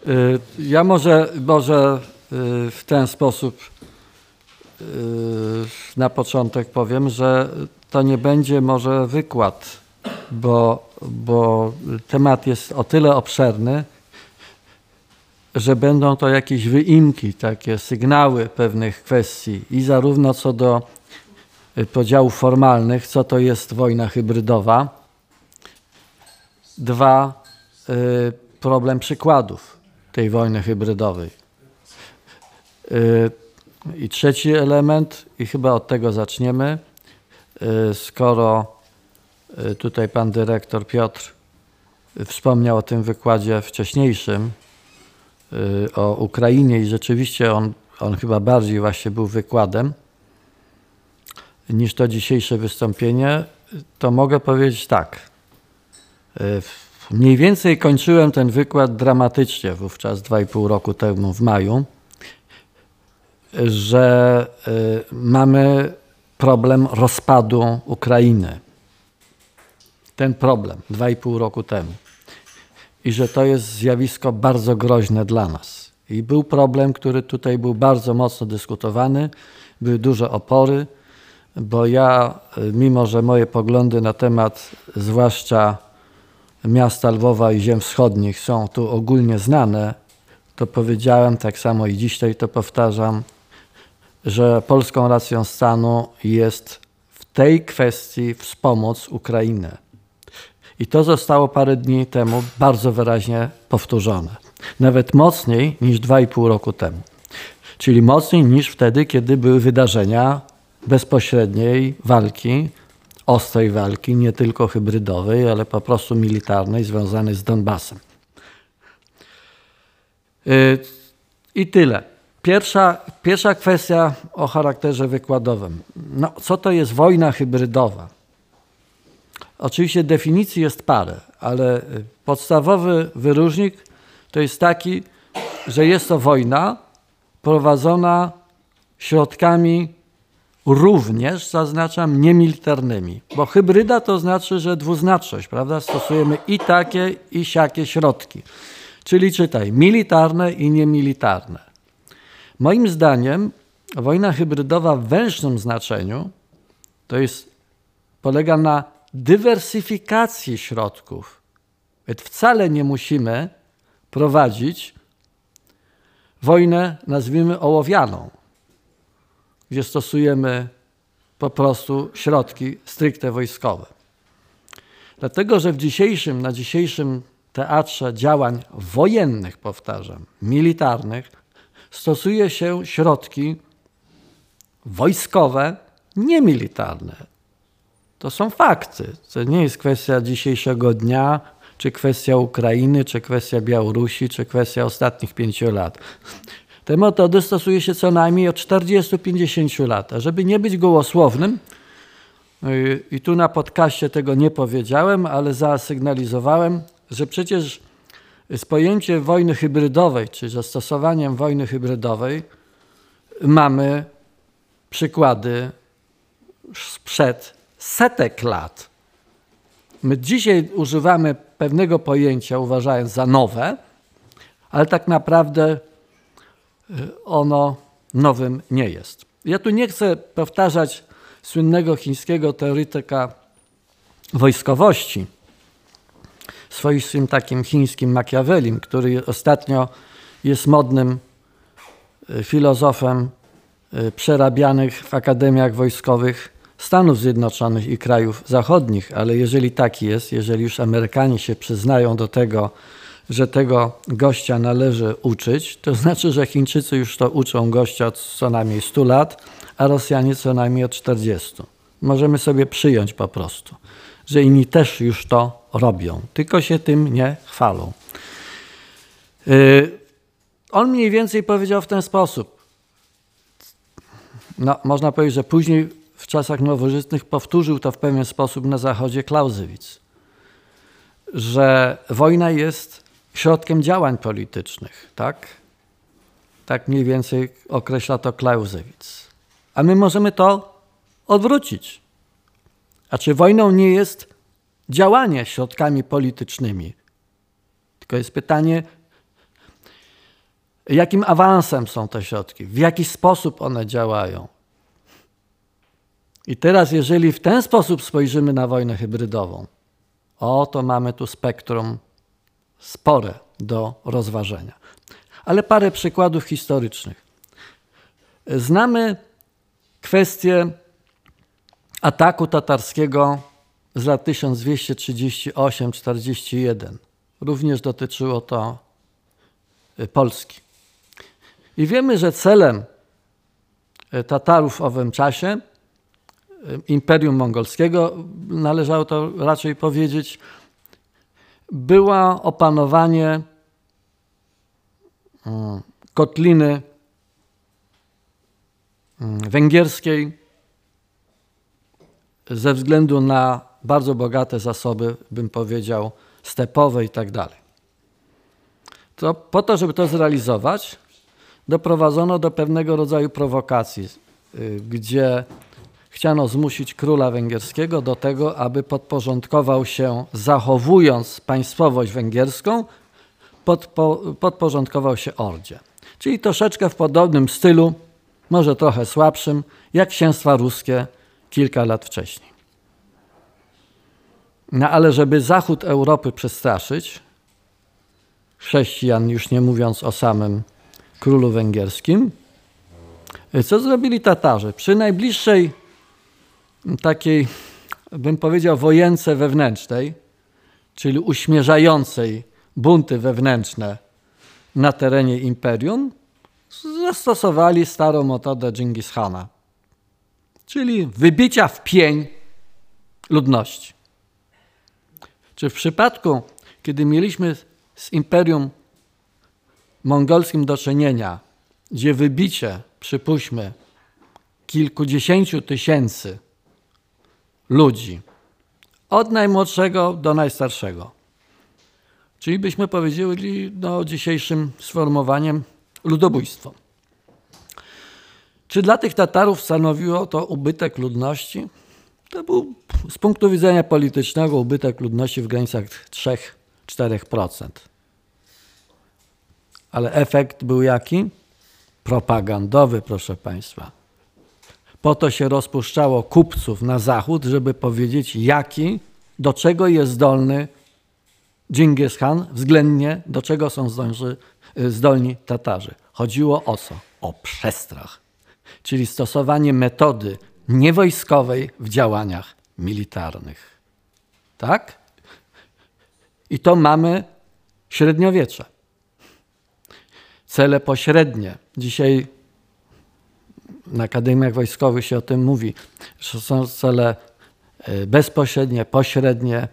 Ja może w ten sposób na początek powiem, że to nie będzie może wykład, bo temat jest o tyle obszerny, że będą to jakieś wyimki, takie sygnały pewnych kwestii i zarówno co do podziałów formalnych, co to jest wojna hybrydowa. Dwa, problem przykładów tej wojny hybrydowej. I trzeci element, i chyba od tego zaczniemy, skoro tutaj pan dyrektor Piotr wspomniał o tym wykładzie wcześniejszym, o Ukrainie i rzeczywiście on chyba bardziej właśnie był wykładem niż to dzisiejsze wystąpienie, to mogę powiedzieć tak. Mniej więcej kończyłem ten wykład dramatycznie wówczas 2,5 roku temu w maju, że mamy problem rozpadu Ukrainy. Ten problem 2,5 roku temu. I że to jest zjawisko bardzo groźne dla nas. I był problem, który tutaj był bardzo mocno dyskutowany, były duże opory, bo ja, mimo że moje poglądy na temat zwłaszcza miasta Lwowa i ziem wschodnich są tu ogólnie znane, to powiedziałem, tak samo i dzisiaj to powtarzam, że polską racją stanu jest w tej kwestii wspomóc Ukrainę. I to zostało parę dni temu bardzo wyraźnie powtórzone. Nawet mocniej niż 2,5 roku temu. Czyli mocniej niż wtedy, kiedy były wydarzenia bezpośredniej walki, ostrej walki, nie tylko hybrydowej, ale po prostu militarnej, związanej z Donbasem. I tyle. Pierwsza kwestia o charakterze wykładowym. No, co to jest wojna hybrydowa? Oczywiście definicji jest parę, ale podstawowy wyróżnik to jest taki, że jest to wojna prowadzona środkami również, zaznaczam, niemilitarnymi. Bo hybryda to znaczy, że dwuznaczność, prawda? Stosujemy i takie, i siakie środki. Czyli czytaj, militarne i niemilitarne. Moim zdaniem wojna hybrydowa w węższym znaczeniu polega na dywersyfikacji środków. Wcale nie musimy prowadzić wojnę, nazwijmy, ołowianą, gdzie stosujemy po prostu środki stricte wojskowe. Dlatego, że na dzisiejszym teatrze działań wojennych, powtarzam, militarnych, stosuje się środki wojskowe, niemilitarne. To są fakty. To nie jest kwestia dzisiejszego dnia, czy kwestia Ukrainy, czy kwestia Białorusi, czy kwestia ostatnich 5 lat. Te metody stosuje się co najmniej od 40-50 lat. A żeby nie być gołosłownym, i tu na podcaście tego nie powiedziałem, ale zasygnalizowałem, że przecież z pojęciem wojny hybrydowej, czy zastosowaniem wojny hybrydowej mamy przykłady sprzed setek lat. My dzisiaj używamy pewnego pojęcia, uważając za nowe, ale tak naprawdę ono nowym nie jest. Ja tu nie chcę powtarzać słynnego chińskiego teoretyka wojskowości, swoistym takim chińskim Machiavellim, który ostatnio jest modnym filozofem przerabianych w akademiach wojskowych Stanów Zjednoczonych i krajów zachodnich, ale jeżeli tak jest, jeżeli już Amerykanie się przyznają do tego, że tego gościa należy uczyć, to znaczy, że Chińczycy już to uczą gościa od co najmniej 100 lat, a Rosjanie co najmniej od 40. Możemy sobie przyjąć po prostu, że inni też już to robią, tylko się tym nie chwalą. On mniej więcej powiedział w ten sposób. No, można powiedzieć, że później w czasach nowożytnych powtórzył to w pewien sposób na Zachodzie Clausewitz, że wojna jest środkiem działań politycznych, tak? Tak mniej więcej określa to Clausewitz. A my możemy to odwrócić. A czy wojną nie jest działanie środkami politycznymi? Tylko jest pytanie, Jakim awansem są te środki? W jaki sposób one działają? I teraz, jeżeli w ten sposób spojrzymy na wojnę hybrydową, to mamy tu spektrum spore do rozważenia. Ale parę przykładów historycznych. Znamy kwestię ataku tatarskiego z lat 1238-41. Również dotyczyło to Polski. I wiemy, że celem Tatarów w owym czasie, Imperium Mongolskiego, należało to raczej powiedzieć, było opanowanie kotliny węgierskiej ze względu na bardzo bogate zasoby, bym powiedział, stepowe i tak dalej. To po to, żeby to zrealizować, doprowadzono do pewnego rodzaju prowokacji, gdzie chciano zmusić króla węgierskiego do tego, aby podporządkował się, zachowując państwowość węgierską, podporządkował się ordzie. Czyli troszeczkę w podobnym stylu, może trochę słabszym, jak księstwa ruskie kilka lat wcześniej. No ale żeby zachód Europy przestraszyć, chrześcijan, już nie mówiąc o samym królu węgierskim, co zrobili Tatarzy? Przy najbliższej takiej, bym powiedział, wojence wewnętrznej, czyli uśmierzającej bunty wewnętrzne na terenie imperium, zastosowali starą metodę Dżingis Hana, czyli wybicia w pień ludności. Czy w przypadku, kiedy mieliśmy z Imperium Mongolskim do czynienia, gdzie wybicie, przypuśćmy, kilkudziesięciu tysięcy ludzi, od najmłodszego do najstarszego, czyli byśmy powiedzieli dzisiejszym sformułowaniem ludobójstwo. Czy dla tych Tatarów stanowiło to ubytek ludności? To był z punktu widzenia politycznego ubytek ludności w granicach 3-4%. Ale efekt był jaki? Propagandowy, proszę Państwa. Po to się rozpuszczało kupców na zachód, żeby powiedzieć, do czego jest zdolny Dżingis Khan, względnie do czego są zdolni Tatarzy. Chodziło o co? O przestrach, czyli stosowanie metody niewojskowej w działaniach militarnych. Tak? I to mamy średniowiecze. Cele pośrednie. Dzisiaj na akademiach wojskowych się o tym mówi, że są cele bezpośrednie, pośrednie,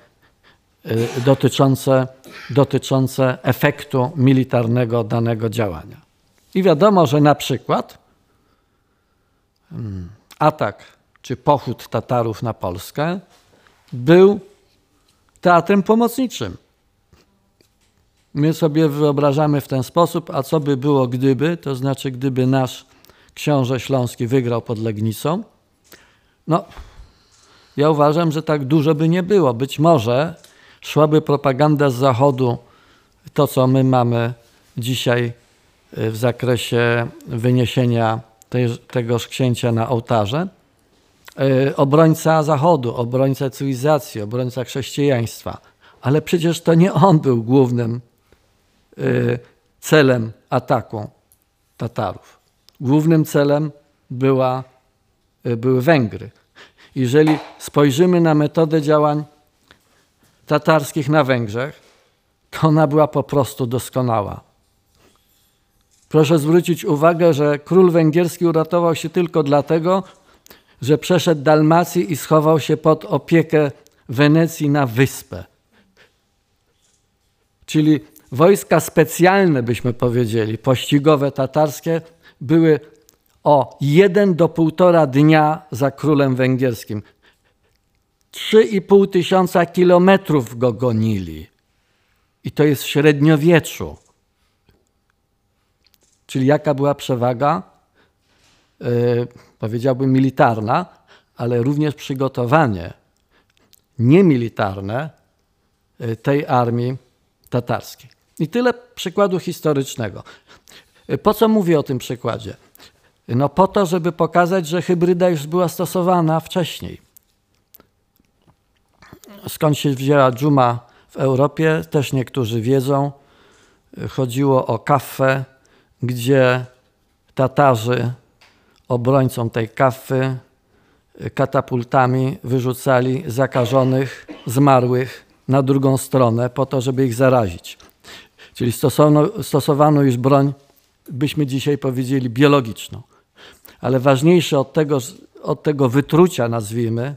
dotyczące efektu militarnego danego działania. I wiadomo, że na przykład atak czy pochód Tatarów na Polskę był teatrem pomocniczym. My sobie wyobrażamy w ten sposób, a co by było gdyby, to znaczy gdyby nasz książę śląski wygrał pod Legnicą, ja uważam, że tak dużo by nie było. Być może szłaby propaganda z Zachodu, to co my mamy dzisiaj w zakresie wyniesienia tegoż księcia na ołtarze, obrońca Zachodu, obrońca cywilizacji, obrońca chrześcijaństwa. Ale przecież to nie on był głównym celem ataku Tatarów. Głównym celem były Węgry. Jeżeli spojrzymy na metodę działań tatarskich na Węgrzech, to ona była po prostu doskonała. Proszę zwrócić uwagę, że król węgierski uratował się tylko dlatego, że przeszedł Dalmację i schował się pod opiekę Wenecji na wyspę. Czyli wojska specjalne, byśmy powiedzieli, pościgowe tatarskie, były o 1 do 1,5 dnia za królem węgierskim. 3,5 tysiąca kilometrów go gonili. I to jest w średniowieczu. Czyli jaka była przewaga? Powiedziałbym militarna, ale również przygotowanie niemilitarne tej armii tatarskiej. I tyle przykładu historycznego. Po co mówię o tym przykładzie? No po to, żeby pokazać, że hybryda już była stosowana wcześniej. Skąd się wzięła dżuma w Europie, też niektórzy wiedzą. Chodziło o kaffę, gdzie Tatarzy obrońcom tej kaffy katapultami wyrzucali zakażonych, zmarłych na drugą stronę po to, żeby ich zarazić. Czyli stosowano już broń, byśmy dzisiaj powiedzieli, biologiczną. Ale ważniejsze od tego wytrucia, nazwijmy,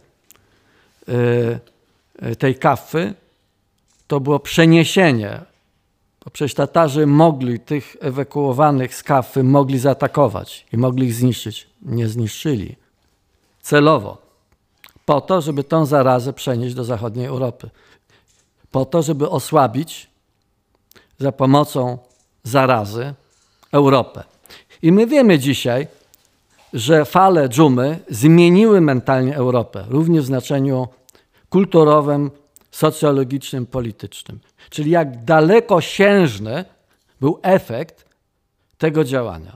tej kaffy, to było przeniesienie. Bo przecież Tatarzy mogli tych ewakuowanych z kaffy mogli zaatakować i mogli ich zniszczyć. Nie zniszczyli. Celowo. Po to, żeby tą zarazę przenieść do zachodniej Europy. Po to, żeby osłabić za pomocą zarazy Europę. I my wiemy dzisiaj, że fale dżumy zmieniły mentalnie Europę, również w znaczeniu kulturowym, socjologicznym, politycznym. Czyli jak dalekosiężny był efekt tego działania.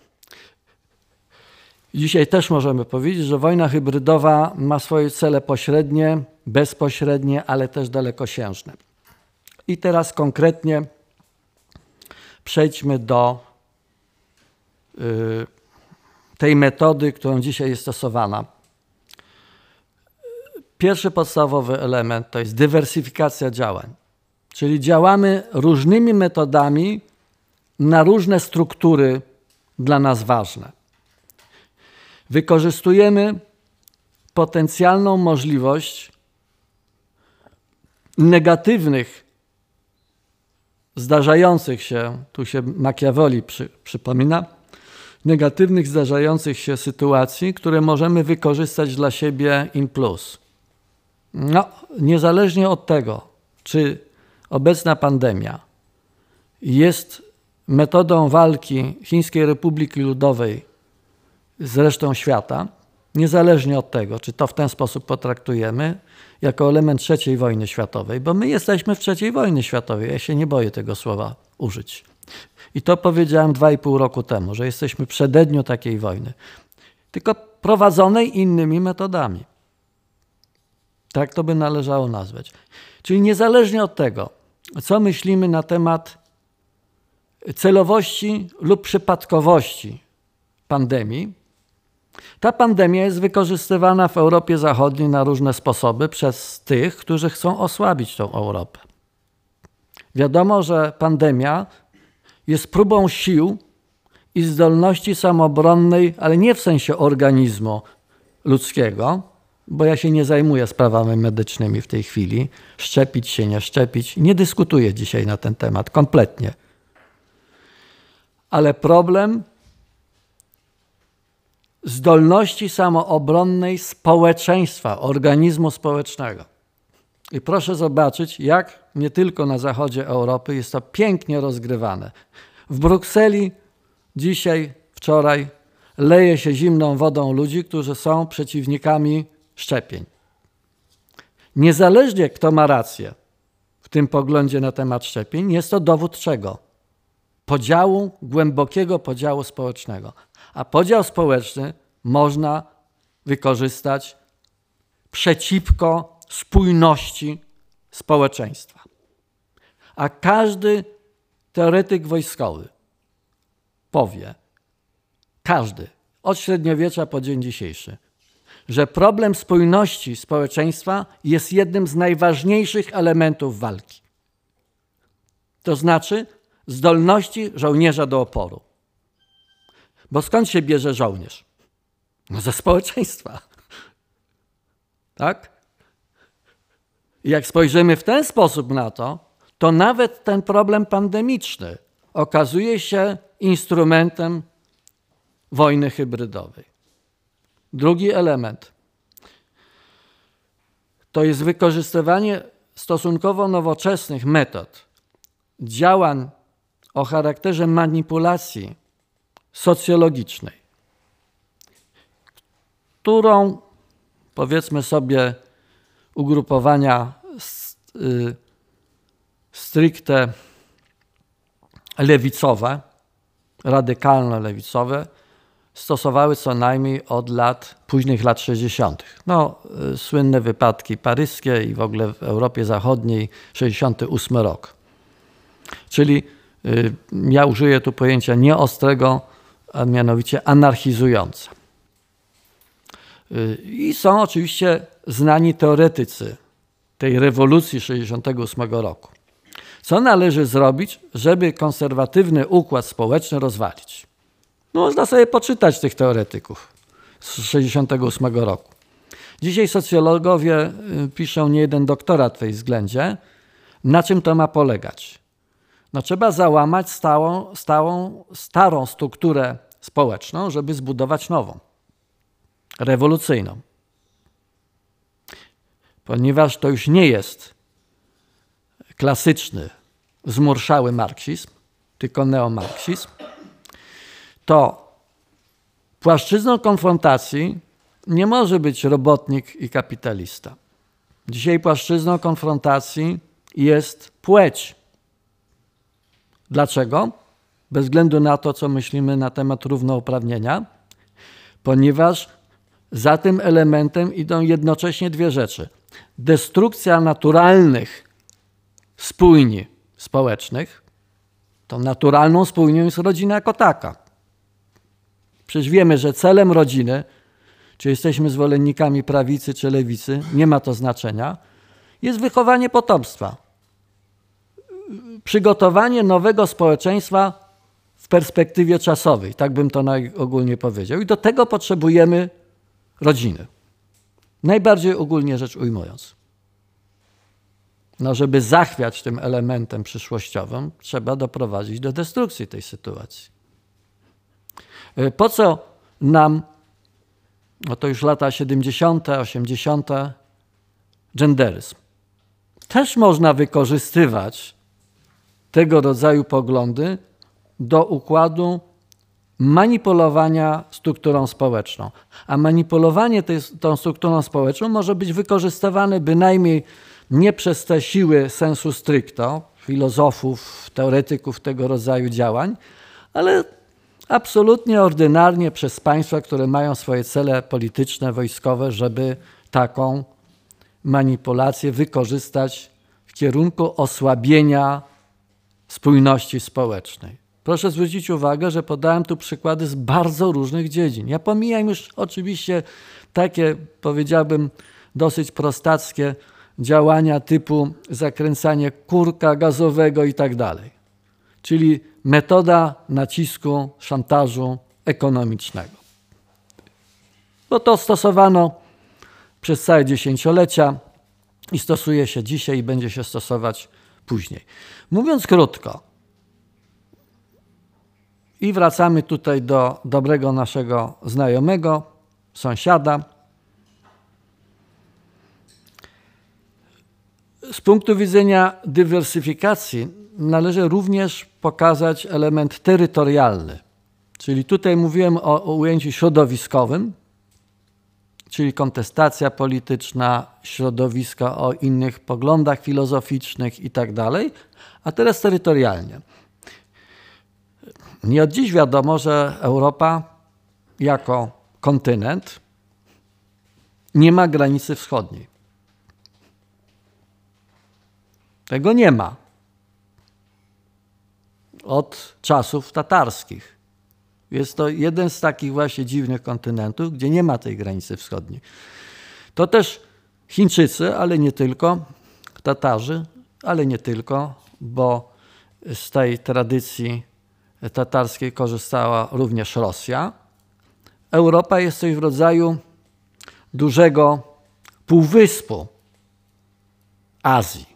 Dzisiaj też możemy powiedzieć, że wojna hybrydowa ma swoje cele pośrednie, bezpośrednie, ale też dalekosiężne. I teraz konkretnie przejdźmy do tej metody, którą dzisiaj jest stosowana. Pierwszy podstawowy element to jest dywersyfikacja działań. Czyli działamy różnymi metodami na różne struktury dla nas ważne. Wykorzystujemy potencjalną możliwość negatywnych, zdarzających się, tu się Machiavelli przypomina, negatywnych zdarzających się sytuacji, które możemy wykorzystać dla siebie in plus. No, niezależnie od tego, czy obecna pandemia jest metodą walki Chińskiej Republiki Ludowej z resztą świata, niezależnie od tego, czy to w ten sposób potraktujemy, jako element III wojny światowej, bo my jesteśmy w III wojnie światowej, ja się nie boję tego słowa użyć. I to powiedziałem 2,5 roku temu, że jesteśmy w przededniu takiej wojny, tylko prowadzonej innymi metodami. Tak to by należało nazwać. Czyli niezależnie od tego, co myślimy na temat celowości lub przypadkowości pandemii, ta pandemia jest wykorzystywana w Europie Zachodniej na różne sposoby przez tych, którzy chcą osłabić tą Europę. Wiadomo, że pandemia jest próbą sił i zdolności samoobronnej, ale nie w sensie organizmu ludzkiego, bo ja się nie zajmuję sprawami medycznymi w tej chwili, szczepić się, nie szczepić, nie dyskutuję dzisiaj na ten temat kompletnie. Ale problem zdolności samoobronnej społeczeństwa, organizmu społecznego. I proszę zobaczyć, jak nie tylko na zachodzie Europy jest to pięknie rozgrywane. W Brukseli dzisiaj, wczoraj leje się zimną wodą ludzi, którzy są przeciwnikami szczepień. Niezależnie kto ma rację w tym poglądzie na temat szczepień, jest to dowód czego? Podziału, głębokiego podziału społecznego. A podział społeczny można wykorzystać przeciwko spójności społeczeństwa. A każdy teoretyk wojskowy powie, każdy, od średniowiecza po dzień dzisiejszy, że problem spójności społeczeństwa jest jednym z najważniejszych elementów walki. To znaczy zdolności żołnierza do oporu. Bo skąd się bierze żołnierz? No ze społeczeństwa. Tak? I jak spojrzymy w ten sposób na to, to nawet ten problem pandemiczny okazuje się instrumentem wojny hybrydowej. Drugi element to jest wykorzystywanie stosunkowo nowoczesnych metod działań o charakterze manipulacji socjologicznej, którą, powiedzmy sobie, ugrupowania stricte lewicowe radykalno-lewicowe stosowały co najmniej od późnych lat 60. No, słynne wypadki paryskie i w ogóle w Europie Zachodniej 68 rok. Czyli ja użyję tu pojęcia nieostrego, a mianowicie anarchizujące. I są oczywiście znani teoretycy tej rewolucji 68 roku. Co należy zrobić, żeby konserwatywny układ społeczny rozwalić? No, można sobie poczytać tych teoretyków z 68 roku. Dzisiaj socjologowie piszą niejeden doktorat w tej względzie. Na czym to ma polegać? No, trzeba załamać starą strukturę społeczną, żeby zbudować nową, rewolucyjną. Ponieważ to już nie jest klasyczny, zmurszały marksizm, tylko neomarksizm, to płaszczyzną konfrontacji nie może być robotnik i kapitalista. Dzisiaj płaszczyzną konfrontacji jest płeć. Dlaczego? Bez względu na to, co myślimy na temat równouprawnienia, ponieważ za tym elementem idą jednocześnie dwie rzeczy. Destrukcja naturalnych spójni społecznych. Tą naturalną spójnią jest rodzina jako taka. Przecież wiemy, że celem rodziny, czy jesteśmy zwolennikami prawicy czy lewicy, nie ma to znaczenia, jest wychowanie potomstwa. Przygotowanie nowego społeczeństwa w perspektywie czasowej, tak bym to najogólniej powiedział. I do tego potrzebujemy rodziny. Najbardziej ogólnie rzecz ujmując. No, żeby zachwiać tym elementem przyszłościowym, trzeba doprowadzić do destrukcji tej sytuacji. Po co nam, no to już lata 70., 80., genderyzm? Też można wykorzystywać tego rodzaju poglądy do układu manipulowania strukturą społeczną. A manipulowanie tą strukturą społeczną może być wykorzystywane bynajmniej nie przez te siły sensu stricto, filozofów, teoretyków tego rodzaju działań, ale absolutnie ordynarnie przez państwa, które mają swoje cele polityczne, wojskowe, żeby taką manipulację wykorzystać w kierunku osłabienia spójności społecznej. Proszę zwrócić uwagę, że podałem tu przykłady z bardzo różnych dziedzin. Ja pomijam już oczywiście takie, powiedziałbym, dosyć prostackie działania typu zakręcanie kurka gazowego i tak dalej. Czyli metoda nacisku, szantażu ekonomicznego. Bo to stosowano przez całe dziesięciolecia i stosuje się dzisiaj i będzie się stosować później. Mówiąc krótko, i wracamy tutaj do dobrego naszego znajomego, sąsiada. Z punktu widzenia dywersyfikacji należy również pokazać element terytorialny. Czyli tutaj mówiłem o ujęciu środowiskowym, czyli kontestacja polityczna, środowiska o innych poglądach filozoficznych i tak dalej, a teraz terytorialnie. Nie od dziś wiadomo, że Europa jako kontynent nie ma granicy wschodniej. Tego nie ma od czasów tatarskich. Jest to jeden z takich właśnie dziwnych kontynentów, gdzie nie ma tej granicy wschodniej. To też Chińczycy, ale nie tylko, Tatarzy, ale nie tylko, bo z tej tradycji tatarskiej korzystała również Rosja. Europa jest coś w rodzaju dużego półwyspu Azji.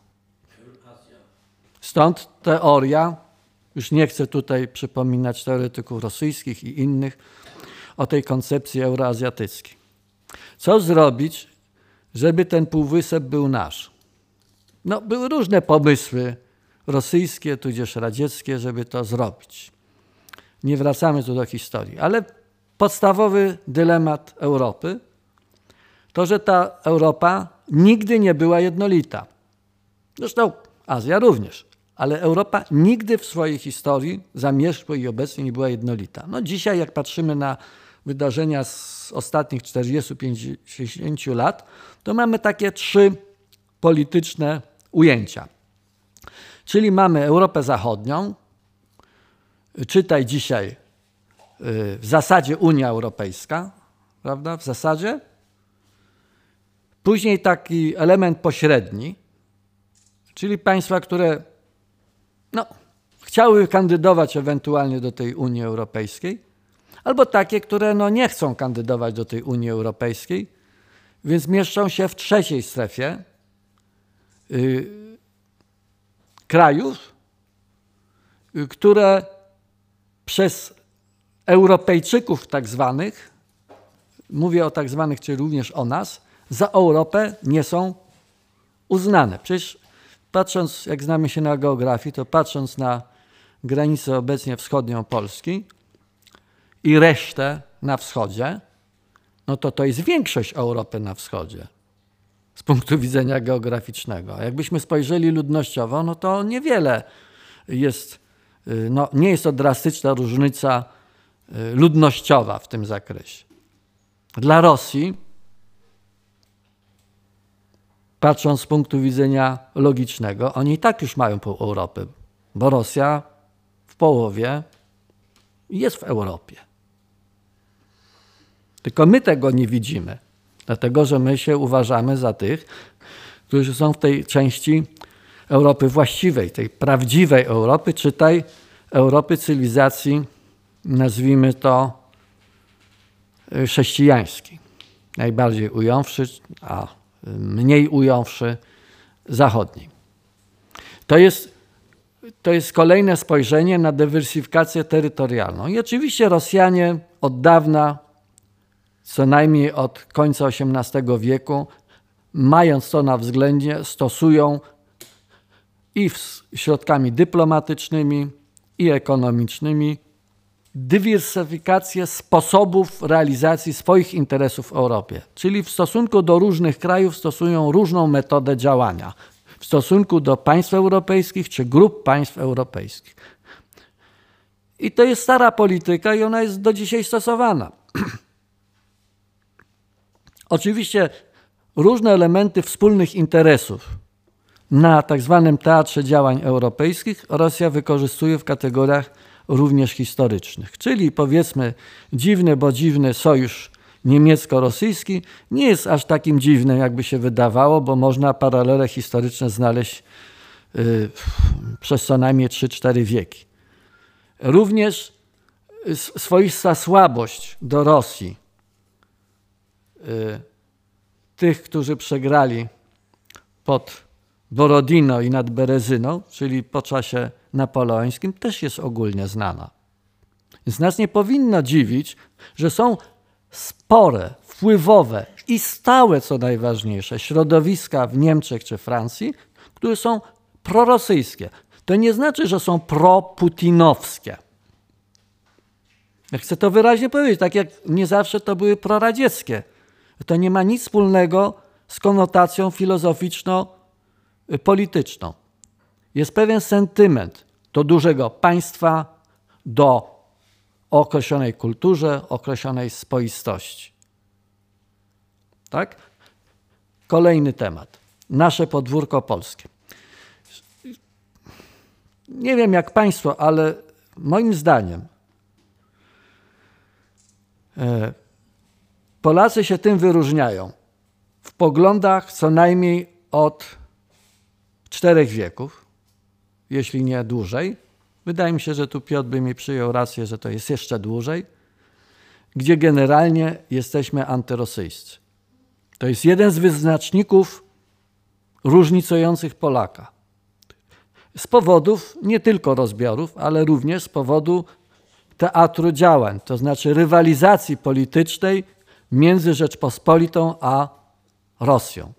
Stąd teoria, już nie chcę tutaj przypominać teoretyków rosyjskich i innych, o tej koncepcji euroazjatyckiej. Co zrobić, żeby ten półwysep był nasz? No, były różne pomysły rosyjskie, tudzież radzieckie, żeby to zrobić. Nie wracamy tu do historii, ale podstawowy dylemat Europy to, że ta Europa nigdy nie była jednolita. Zresztą Azja również, ale Europa nigdy w swojej historii zamierzchłej i obecnie nie była jednolita. No dzisiaj, jak patrzymy na wydarzenia z ostatnich 40-50 lat, to mamy takie 3 polityczne ujęcia. Czyli mamy Europę Zachodnią, czytaj dzisiaj w zasadzie Unia Europejska, prawda, w zasadzie. Później taki element pośredni, czyli państwa, które chciały kandydować ewentualnie do tej Unii Europejskiej, albo takie, które nie chcą kandydować do tej Unii Europejskiej, więc mieszczą się w trzeciej strefie krajów, które przez Europejczyków tak zwanych, mówię o tak zwanych, czyli również o nas, za Europę nie są uznane. Przecież patrząc, jak znamy się na geografii, to patrząc na granicę obecnie wschodnią Polski i resztę na wschodzie, no to jest większość Europy na wschodzie z punktu widzenia geograficznego. A jakbyśmy spojrzeli ludnościowo, no to niewiele jest, nie jest to drastyczna różnica ludnościowa w tym zakresie. Dla Rosji, patrząc z punktu widzenia logicznego, oni i tak już mają pół Europy, bo Rosja w połowie jest w Europie. Tylko my tego nie widzimy, dlatego że my się uważamy za tych, którzy są w tej części Europy właściwej, tej prawdziwej Europy, czytaj Europy cywilizacji, nazwijmy to chrześcijańskiej. Najbardziej ująwszy, a mniej ująwszy zachodniej. To jest kolejne spojrzenie na dywersyfikację terytorialną. I oczywiście Rosjanie od dawna, co najmniej od końca XVIII wieku, mając to na względzie, stosują i środkami dyplomatycznymi, i ekonomicznymi dywersyfikację sposobów realizacji swoich interesów w Europie. Czyli w stosunku do różnych krajów stosują różną metodę działania. W stosunku do państw europejskich czy grup państw europejskich. I to jest stara polityka i ona jest do dzisiaj stosowana. Oczywiście różne elementy wspólnych interesów na tak zwanym teatrze działań europejskich Rosja wykorzystuje w kategoriach również historycznych. Czyli powiedzmy dziwny, bo dziwny sojusz niemiecko-rosyjski nie jest aż takim dziwnym, jakby się wydawało, bo można paralele historyczne znaleźć przez co najmniej 3-4 wieki. Również swoista słabość do Rosji tych, którzy przegrali pod Borodino i nad Berezyną, czyli po czasie napoleońskim, też jest ogólnie znana. Więc nas nie powinno dziwić, że są spore, wpływowe i stałe, co najważniejsze, środowiska w Niemczech czy Francji, które są prorosyjskie. To nie znaczy, że są proputinowskie. Ja chcę to wyraźnie powiedzieć, tak jak nie zawsze to były proradzieckie. To nie ma nic wspólnego z konotacją filozoficzno-polityczną. Jest pewien sentyment do dużego państwa, do określonej kulturze, określonej spoistości. Tak? Kolejny temat. Nasze podwórko polskie. Nie wiem jak państwo, ale moim zdaniem Polacy się tym wyróżniają w poglądach co najmniej od 4 wieków, jeśli nie dłużej. Wydaje mi się, że tu Piotr by mi przyjął rację, że to jest jeszcze dłużej, gdzie generalnie jesteśmy antyrosyjscy. To jest jeden z wyznaczników różnicujących Polaka. Z powodów nie tylko rozbiorów, ale również z powodu teatru działań, to znaczy rywalizacji politycznej między Rzeczpospolitą a Rosją.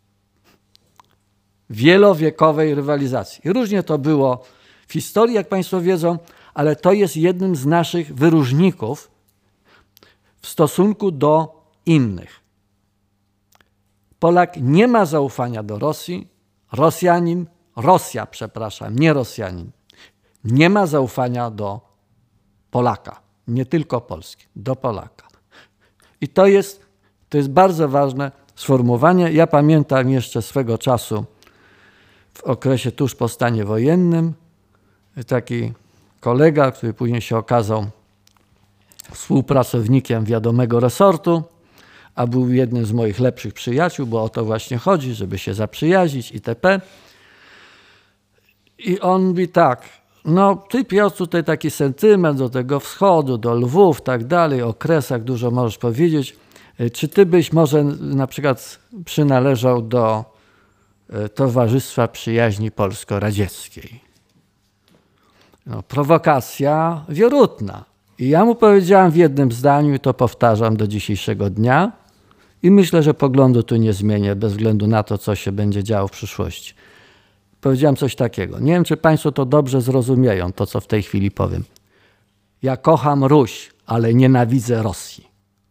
Wielowiekowej rywalizacji. I różnie to było w historii, jak państwo wiedzą, ale to jest jednym z naszych wyróżników w stosunku do innych. Polak nie ma zaufania do Rosji, Rosjanin Rosja, przepraszam, nie Rosjanin, nie ma zaufania do Polaka, nie tylko Polski, do Polaka. I to jest bardzo ważne sformułowanie. Ja pamiętam jeszcze swego czasu w okresie tuż po stanie wojennym taki kolega, który później się okazał współpracownikiem wiadomego resortu, a był jednym z moich lepszych przyjaciół, bo o to właśnie chodzi, żeby się zaprzyjaźnić itp. I on mówi tak, no ty Piotr, tutaj taki sentyment do tego wschodu, do Lwów, tak dalej, o Kresach dużo możesz powiedzieć. Czy ty byś może na przykład przynależał do Towarzystwa Przyjaźni Polsko-Radzieckiej? No, prowokacja wierutna. I ja mu powiedziałem w jednym zdaniu, i to powtarzam do dzisiejszego dnia, i myślę, że poglądu tu nie zmienię, bez względu na to, co się będzie działo w przyszłości. Powiedziałem coś takiego. Nie wiem, czy państwo to dobrze zrozumieją, to co w tej chwili powiem. Ja kocham Ruś, ale nienawidzę Rosji.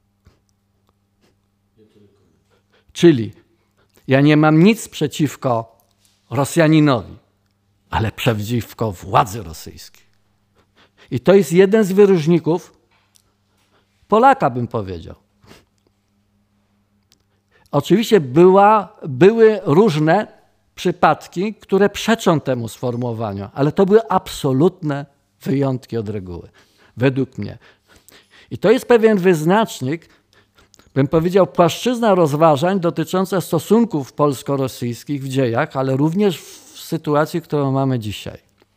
Czyli ja nie mam nic przeciwko Rosjaninowi, ale przeciwko władzy rosyjskiej. I to jest jeden z wyróżników Polaka, bym powiedział. Oczywiście były różne przypadki, które przeczą temu sformułowaniu, ale to były absolutne wyjątki od reguły, według mnie. I to jest pewien wyznacznik, bym powiedział, płaszczyzna rozważań dotycząca stosunków polsko-rosyjskich w dziejach, ale również w sytuacji, którą mamy dzisiaj.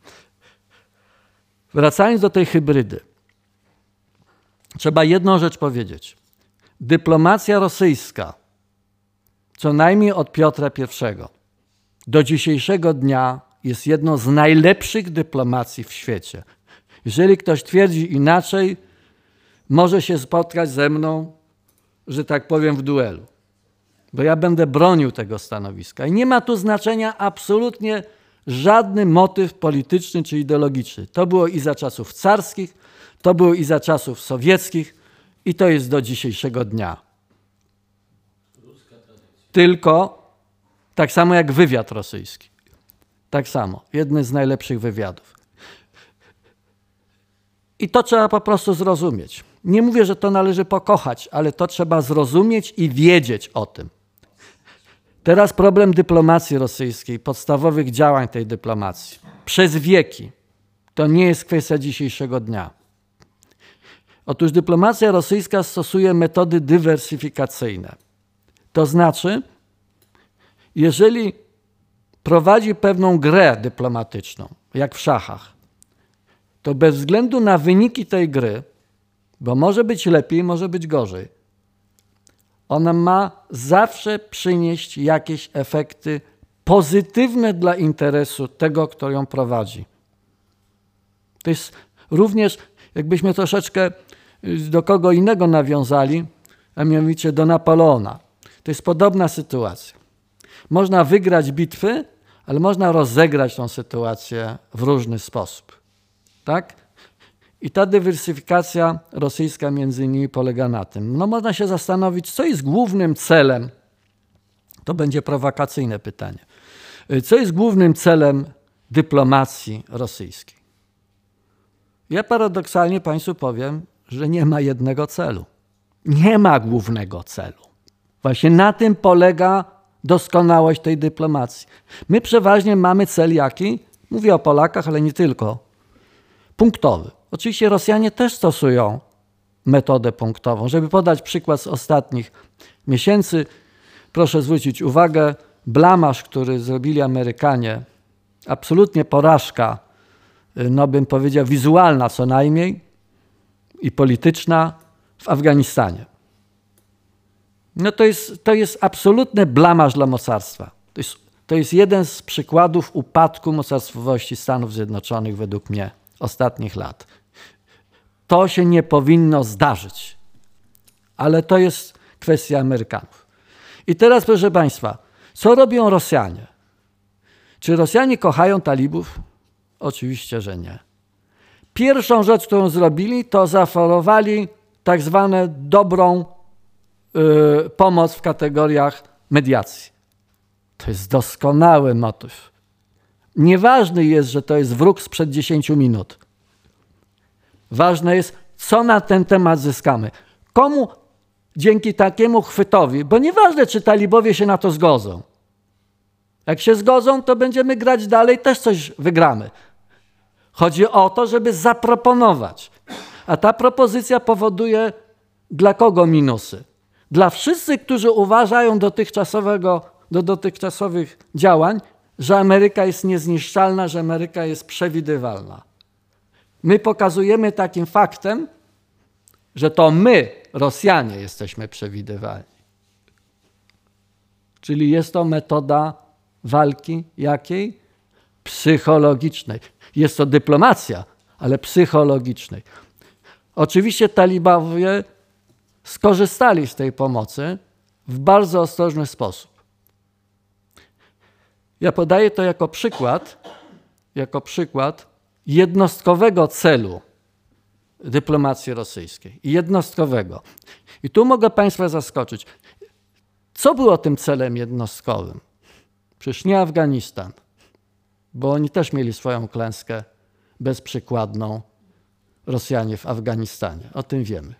Wracając do tej hybrydy, trzeba jedną rzecz powiedzieć. Dyplomacja rosyjska, co najmniej od Piotra I do dzisiejszego dnia jest jedną z najlepszych dyplomacji w świecie. Jeżeli ktoś twierdzi inaczej, może się spotkać ze mną, że tak powiem, w duelu. Bo ja będę bronił tego stanowiska. I nie ma tu znaczenia absolutnie żadny motyw polityczny czy ideologiczny. To było i za czasów carskich, to było i za czasów sowieckich i to jest do dzisiejszego dnia. Tylko tak samo jak wywiad rosyjski. Tak samo. Jeden z najlepszych wywiadów. I to trzeba po prostu zrozumieć. Nie mówię, że to należy pokochać, ale to trzeba zrozumieć i wiedzieć o tym. Teraz problem dyplomacji rosyjskiej, podstawowych działań tej dyplomacji. Przez wieki. To nie jest kwestia dzisiejszego dnia. Otóż dyplomacja rosyjska stosuje metody dywersyfikacyjne. To znaczy, jeżeli prowadzi pewną grę dyplomatyczną, jak w szachach, to bez względu na wyniki tej gry, bo może być lepiej, może być gorzej, ona ma zawsze przynieść jakieś efekty pozytywne dla interesu tego, kto ją prowadzi. To jest również, jakbyśmy troszeczkę do kogo innego nawiązali, a mianowicie do Napoleona. To jest podobna sytuacja. Można wygrać bitwy, ale można rozegrać tą sytuację w różny sposób. Tak? I ta dywersyfikacja rosyjska między innymi polega na tym. No można się zastanowić, co jest głównym celem, to będzie prowokacyjne pytanie, co jest głównym celem dyplomacji rosyjskiej. Ja paradoksalnie państwu powiem, że nie ma jednego celu. Nie ma głównego celu. Właśnie na tym polega doskonałość tej dyplomacji. My przeważnie mamy cel jaki? Mówię o Polakach, ale nie tylko. Punktowy. Oczywiście Rosjanie też stosują metodę punktową. Żeby podać przykład z ostatnich miesięcy, proszę zwrócić uwagę, blamaż, który zrobili Amerykanie, absolutnie porażka, no bym powiedział wizualna co najmniej i polityczna w Afganistanie. No to jest absolutny blamaż dla mocarstwa. To jest jeden z przykładów upadku mocarstwowości Stanów Zjednoczonych według mnie ostatnich lat. To się nie powinno zdarzyć, ale to jest kwestia Amerykanów. I teraz, proszę państwa, co robią Rosjanie? Czy Rosjanie kochają talibów? Oczywiście, że nie. Pierwszą rzecz, którą zrobili, to zaoferowali tak zwaną dobrą pomoc w kategoriach mediacji. To jest doskonały motyw. Nieważne jest, że to jest wróg sprzed 10 minut. Ważne jest, co na ten temat zyskamy. Komu dzięki takiemu chwytowi, bo nieważne, czy talibowie się na to zgodzą. Jak się zgodzą, to będziemy grać dalej, też coś wygramy. Chodzi o to, żeby zaproponować. A ta propozycja powoduje dla kogo minusy? Dla wszystkich, którzy uważają do dotychczasowych działań, że Ameryka jest niezniszczalna, że Ameryka jest przewidywalna. My pokazujemy takim faktem, że to my, Rosjanie, jesteśmy przewidywalni. Czyli jest to metoda walki jakiej? Psychologicznej. Jest to dyplomacja, ale psychologicznej. Oczywiście talibowie skorzystali z tej pomocy w bardzo ostrożny sposób. Ja podaję to jako przykład jednostkowego celu dyplomacji rosyjskiej. Jednostkowego. I tu mogę Państwa zaskoczyć. Co było tym celem jednostkowym? Przecież nie Afganistan, bo oni też mieli swoją klęskę bezprzykładną, Rosjanie w Afganistanie. O tym wiemy.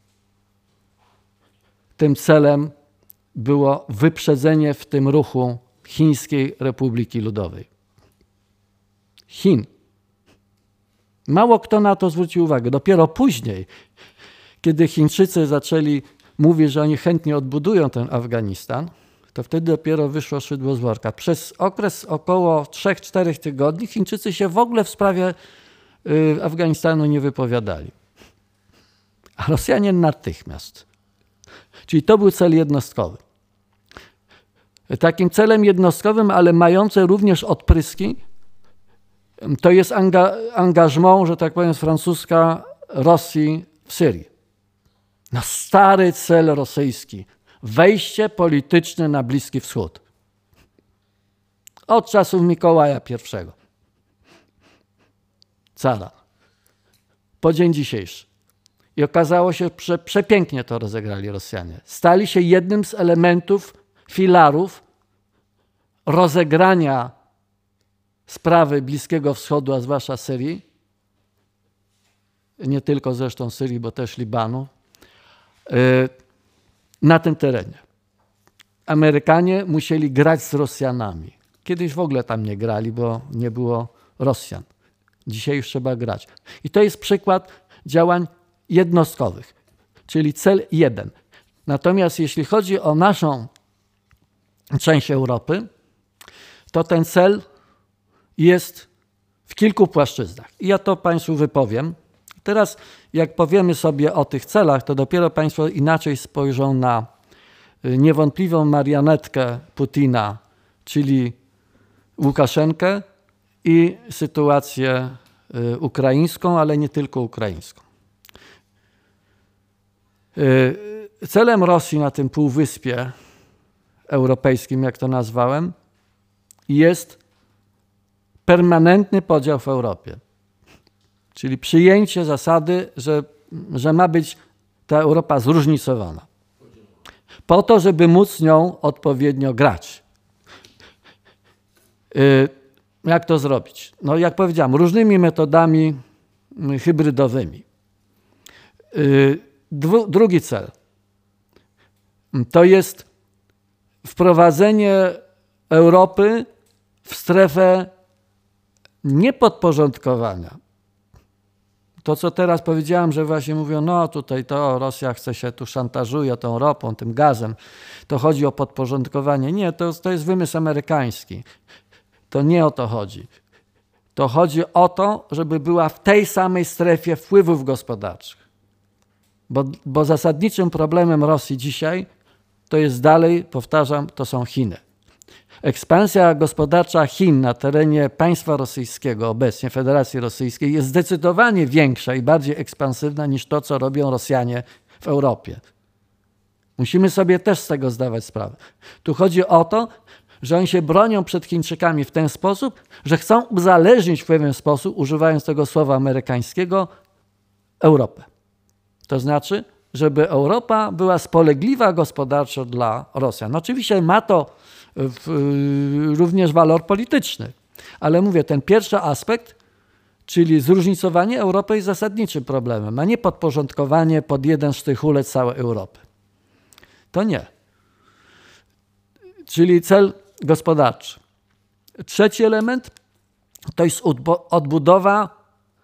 Tym celem było wyprzedzenie w tym ruchu Chińskiej Republiki Ludowej. Chin. Mało kto na to zwrócił uwagę. Dopiero później, kiedy Chińczycy zaczęli mówić, że oni chętnie odbudują ten Afganistan, to wtedy dopiero wyszło szydło z worka. Przez okres około 3-4 tygodni Chińczycy się w ogóle w sprawie Afganistanu nie wypowiadali. A Rosjanie natychmiast. Czyli to był cel jednostkowy. Takim celem jednostkowym, ale mającym również odpryski, to jest angażment, że tak powiem, z francuska Rosji w Syrii. No stary cel rosyjski. Wejście polityczne na Bliski Wschód. Od czasów Mikołaja I. Cara. Po dzień dzisiejszy. I okazało się, że przepięknie to rozegrali Rosjanie. Stali się jednym z elementów, filarów rozegrania sprawy Bliskiego Wschodu, a zwłaszcza Syrii. Nie tylko zresztą Syrii, bo też Libanu. Na tym terenie. Amerykanie musieli grać z Rosjanami. Kiedyś w ogóle tam nie grali, bo nie było Rosjan. Dzisiaj już trzeba grać. I to jest przykład działań jednostkowych, czyli cel jeden. Natomiast jeśli chodzi o naszą część Europy, to ten cel jest w kilku płaszczyznach. I ja to Państwu wypowiem. Teraz jak powiemy sobie o tych celach, to dopiero Państwo inaczej spojrzą na niewątpliwą marionetkę Putina, czyli Łukaszenkę i sytuację ukraińską, ale nie tylko ukraińską. Celem Rosji na tym półwyspie europejskim, jak to nazwałem, jest permanentny podział w Europie. Czyli przyjęcie zasady, że ma być ta Europa zróżnicowana. Po to, żeby móc nią odpowiednio grać. Jak to zrobić? No jak powiedziałem, różnymi metodami hybrydowymi. Drugi cel to jest wprowadzenie Europy w strefę niepodporządkowania. To, co teraz powiedziałem, że właśnie mówią, no tutaj to Rosja chce się tu szantażuje tą ropą, tym gazem. To chodzi o podporządkowanie. Nie, to jest wymysł amerykański. To nie o to chodzi. To chodzi o to, żeby była w tej samej strefie wpływów gospodarczych. Bo zasadniczym problemem Rosji dzisiaj to jest dalej, powtarzam, to są Chiny. Ekspansja gospodarcza Chin na terenie państwa rosyjskiego, obecnie Federacji Rosyjskiej, jest zdecydowanie większa i bardziej ekspansywna niż to, co robią Rosjanie w Europie. Musimy sobie też z tego zdawać sprawę. Tu chodzi o to, że oni się bronią przed Chińczykami w ten sposób, że chcą uzależnić w pewien sposób, używając tego słowa amerykańskiego, Europę. To znaczy, żeby Europa była spolegliwa gospodarczo dla Rosjan. Oczywiście ma to również walor polityczny. Ale mówię, ten pierwszy aspekt, czyli zróżnicowanie Europy jest zasadniczym problemem, a nie podporządkowanie pod jeden sztychulec całej Europy. To nie. Czyli cel gospodarczy. Trzeci element to jest odbudowa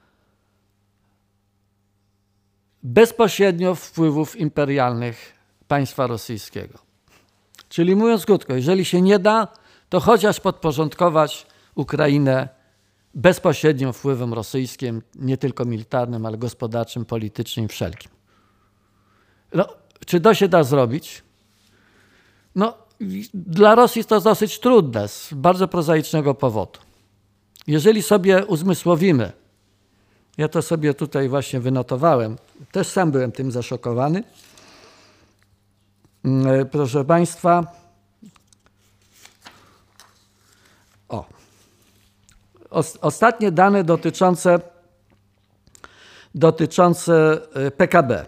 bezpośrednio wpływów imperialnych państwa rosyjskiego. Czyli mówiąc krótko, jeżeli się nie da, to chociaż podporządkować Ukrainę bezpośrednim wpływem rosyjskim, nie tylko militarnym, ale gospodarczym, politycznym, wszelkim. No, czy to się da zrobić? No, dla Rosji jest to dosyć trudne z bardzo prozaicznego powodu. Jeżeli sobie uzmysłowimy, ja to sobie tutaj właśnie wynotowałem, też sam byłem tym zaszokowany. Proszę Państwa, ostatnie dane dotyczące PKB.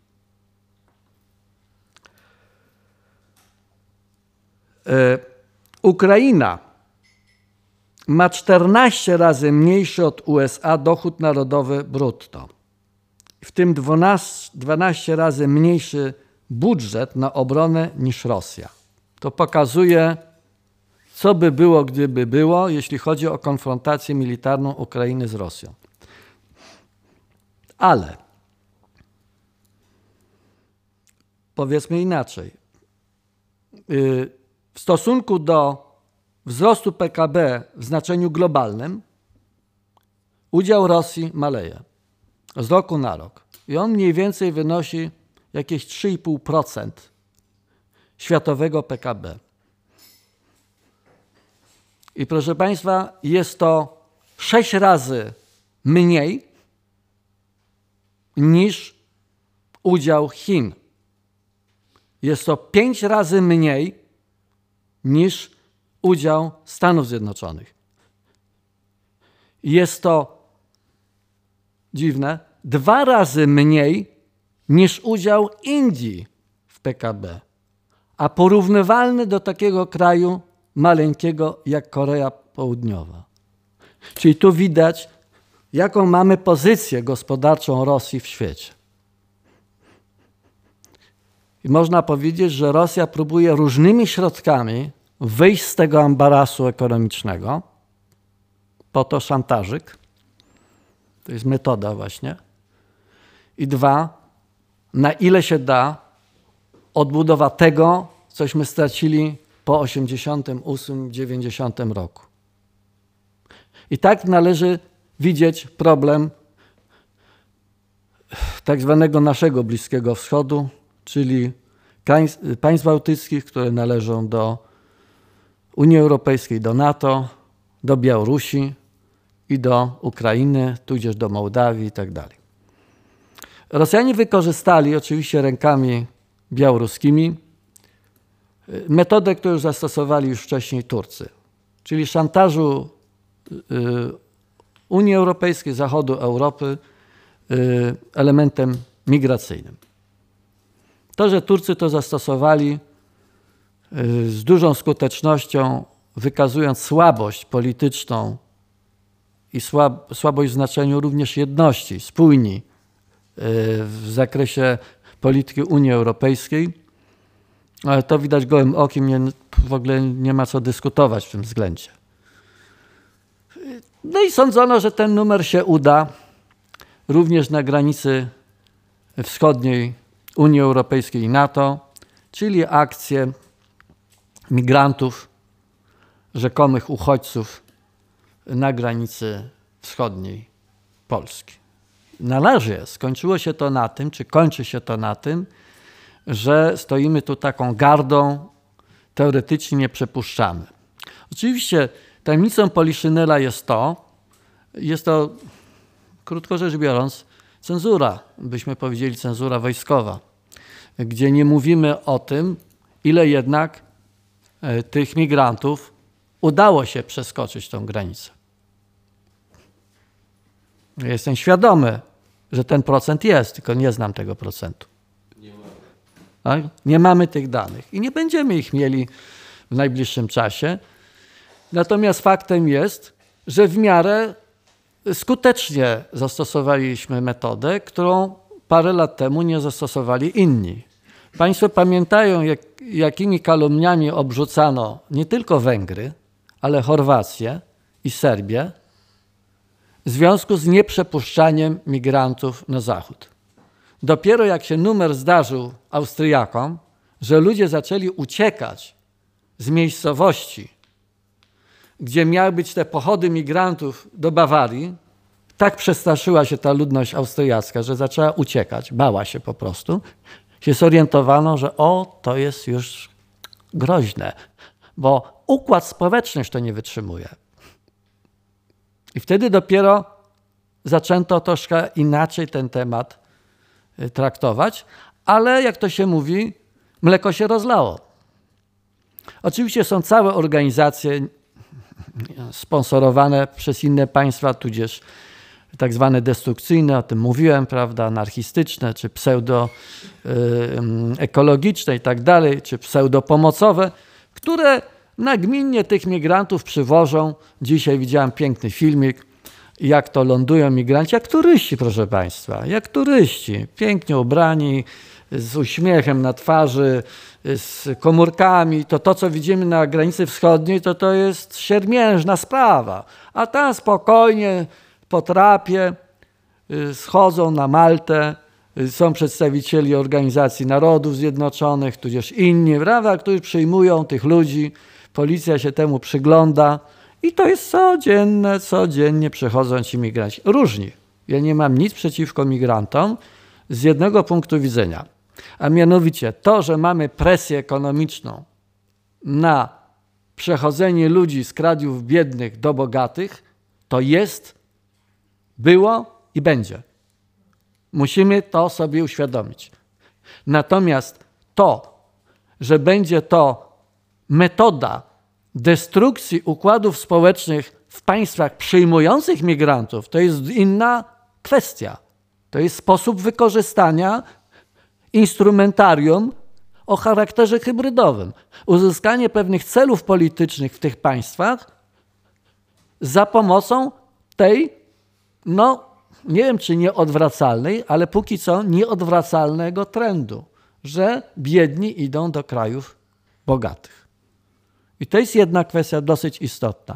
Ukraina ma 14 razy mniejszy od USA dochód narodowy brutto. W tym 12 razy mniejszy budżet na obronę niż Rosja. To pokazuje, co by było, gdyby było, jeśli chodzi o konfrontację militarną Ukrainy z Rosją. Ale powiedzmy inaczej. W stosunku do wzrostu PKB w znaczeniu globalnym udział Rosji maleje z roku na rok. I on mniej więcej wynosi jakieś 3,5% światowego PKB. I proszę Państwa, jest to 6 razy mniej niż udział Chin. Jest to 5 razy mniej niż udział Stanów Zjednoczonych. Jest to dziwne, 2 razy mniej niż udział Indii w PKB, a porównywalny do takiego kraju maleńkiego jak Korea Południowa. Czyli tu widać, jaką mamy pozycję gospodarczą Rosji w świecie. I można powiedzieć, że Rosja próbuje różnymi środkami wyjść z tego ambarasu ekonomicznego. Po to szantażyk. To jest metoda właśnie. I 2, na ile się da, odbudowa tego, cośmy stracili po 1988-1990 roku. I tak należy widzieć problem tak zwanego naszego Bliskiego Wschodu, czyli państw bałtyckich, które należą do Unii Europejskiej, do NATO, do Białorusi i do Ukrainy, tudzież do Mołdawii i tak dalej. Rosjanie wykorzystali oczywiście rękami białoruskimi metodę, którą zastosowali już wcześniej Turcy, czyli szantażu Unii Europejskiej, Zachodu Europy elementem migracyjnym. To, że Turcy to zastosowali z dużą skutecznością, wykazując słabość polityczną i słabość w znaczeniu również jedności, spójni w zakresie polityki Unii Europejskiej, ale to widać gołym okiem, w ogóle nie ma co dyskutować w tym względzie. No i sądzono, że ten numer się uda również na granicy wschodniej Unii Europejskiej i NATO, czyli akcje migrantów, rzekomych uchodźców na granicy wschodniej Polski. Na razie skończyło się to na tym, czy kończy się to na tym, że stoimy tu taką gardą, teoretycznie nie przepuszczamy. Oczywiście tajemnicą Poliszynela jest to, krótko rzecz biorąc, cenzura, byśmy powiedzieli cenzura wojskowa, gdzie nie mówimy o tym, ile jednak tych migrantów udało się przeskoczyć tą granicę. Jestem świadomy, że ten procent jest, tylko nie znam tego procentu. Tak? Nie mamy tych danych i nie będziemy ich mieli w najbliższym czasie. Natomiast faktem jest, że w miarę skutecznie zastosowaliśmy metodę, którą parę lat temu nie zastosowali inni. Państwo pamiętają, jakimi kalumniami obrzucano nie tylko Węgry, ale Chorwację i Serbię w związku z nieprzepuszczaniem migrantów na zachód. Dopiero jak się numer zdarzył Austriakom, że ludzie zaczęli uciekać z miejscowości, gdzie miały być te pochody migrantów do Bawarii, tak przestraszyła się ta ludność austriacka, że zaczęła uciekać, bała się po prostu, się zorientowano, że to jest już groźne, bo układ społeczny już to nie wytrzymuje. I wtedy dopiero zaczęto troszkę inaczej ten temat traktować, ale jak to się mówi, mleko się rozlało. Oczywiście są całe organizacje sponsorowane przez inne państwa, tudzież tak zwane destrukcyjne, o tym mówiłem, prawda, anarchistyczne, czy pseudoekologiczne i tak dalej, czy pseudopomocowe, które nagminnie tych migrantów przywożą. Dzisiaj widziałem piękny filmik, jak to lądują migranci, jak turyści, proszę Państwa, jak turyści, pięknie ubrani, z uśmiechem na twarzy, z komórkami. To, co widzimy na granicy wschodniej, to jest siermiężna sprawa. A tam spokojnie po trapie schodzą na Maltę, są przedstawicieli Organizacji Narodów Zjednoczonych, tudzież inni, prawda, którzy przyjmują tych ludzi. Policja się temu przygląda i to jest codziennie przychodzą ci migranci. Różni. Ja nie mam nic przeciwko migrantom z jednego punktu widzenia, a mianowicie to, że mamy presję ekonomiczną na przechodzenie ludzi z krajów biednych do bogatych, to jest, było i będzie. Musimy to sobie uświadomić. Natomiast to, że będzie to metoda destrukcji układów społecznych w państwach przyjmujących migrantów, to jest inna kwestia. To jest sposób wykorzystania instrumentarium o charakterze hybrydowym. Uzyskanie pewnych celów politycznych w tych państwach za pomocą tej, nie wiem czy nieodwracalnej, ale póki co nieodwracalnego trendu, że biedni idą do krajów bogatych. I to jest jedna kwestia dosyć istotna.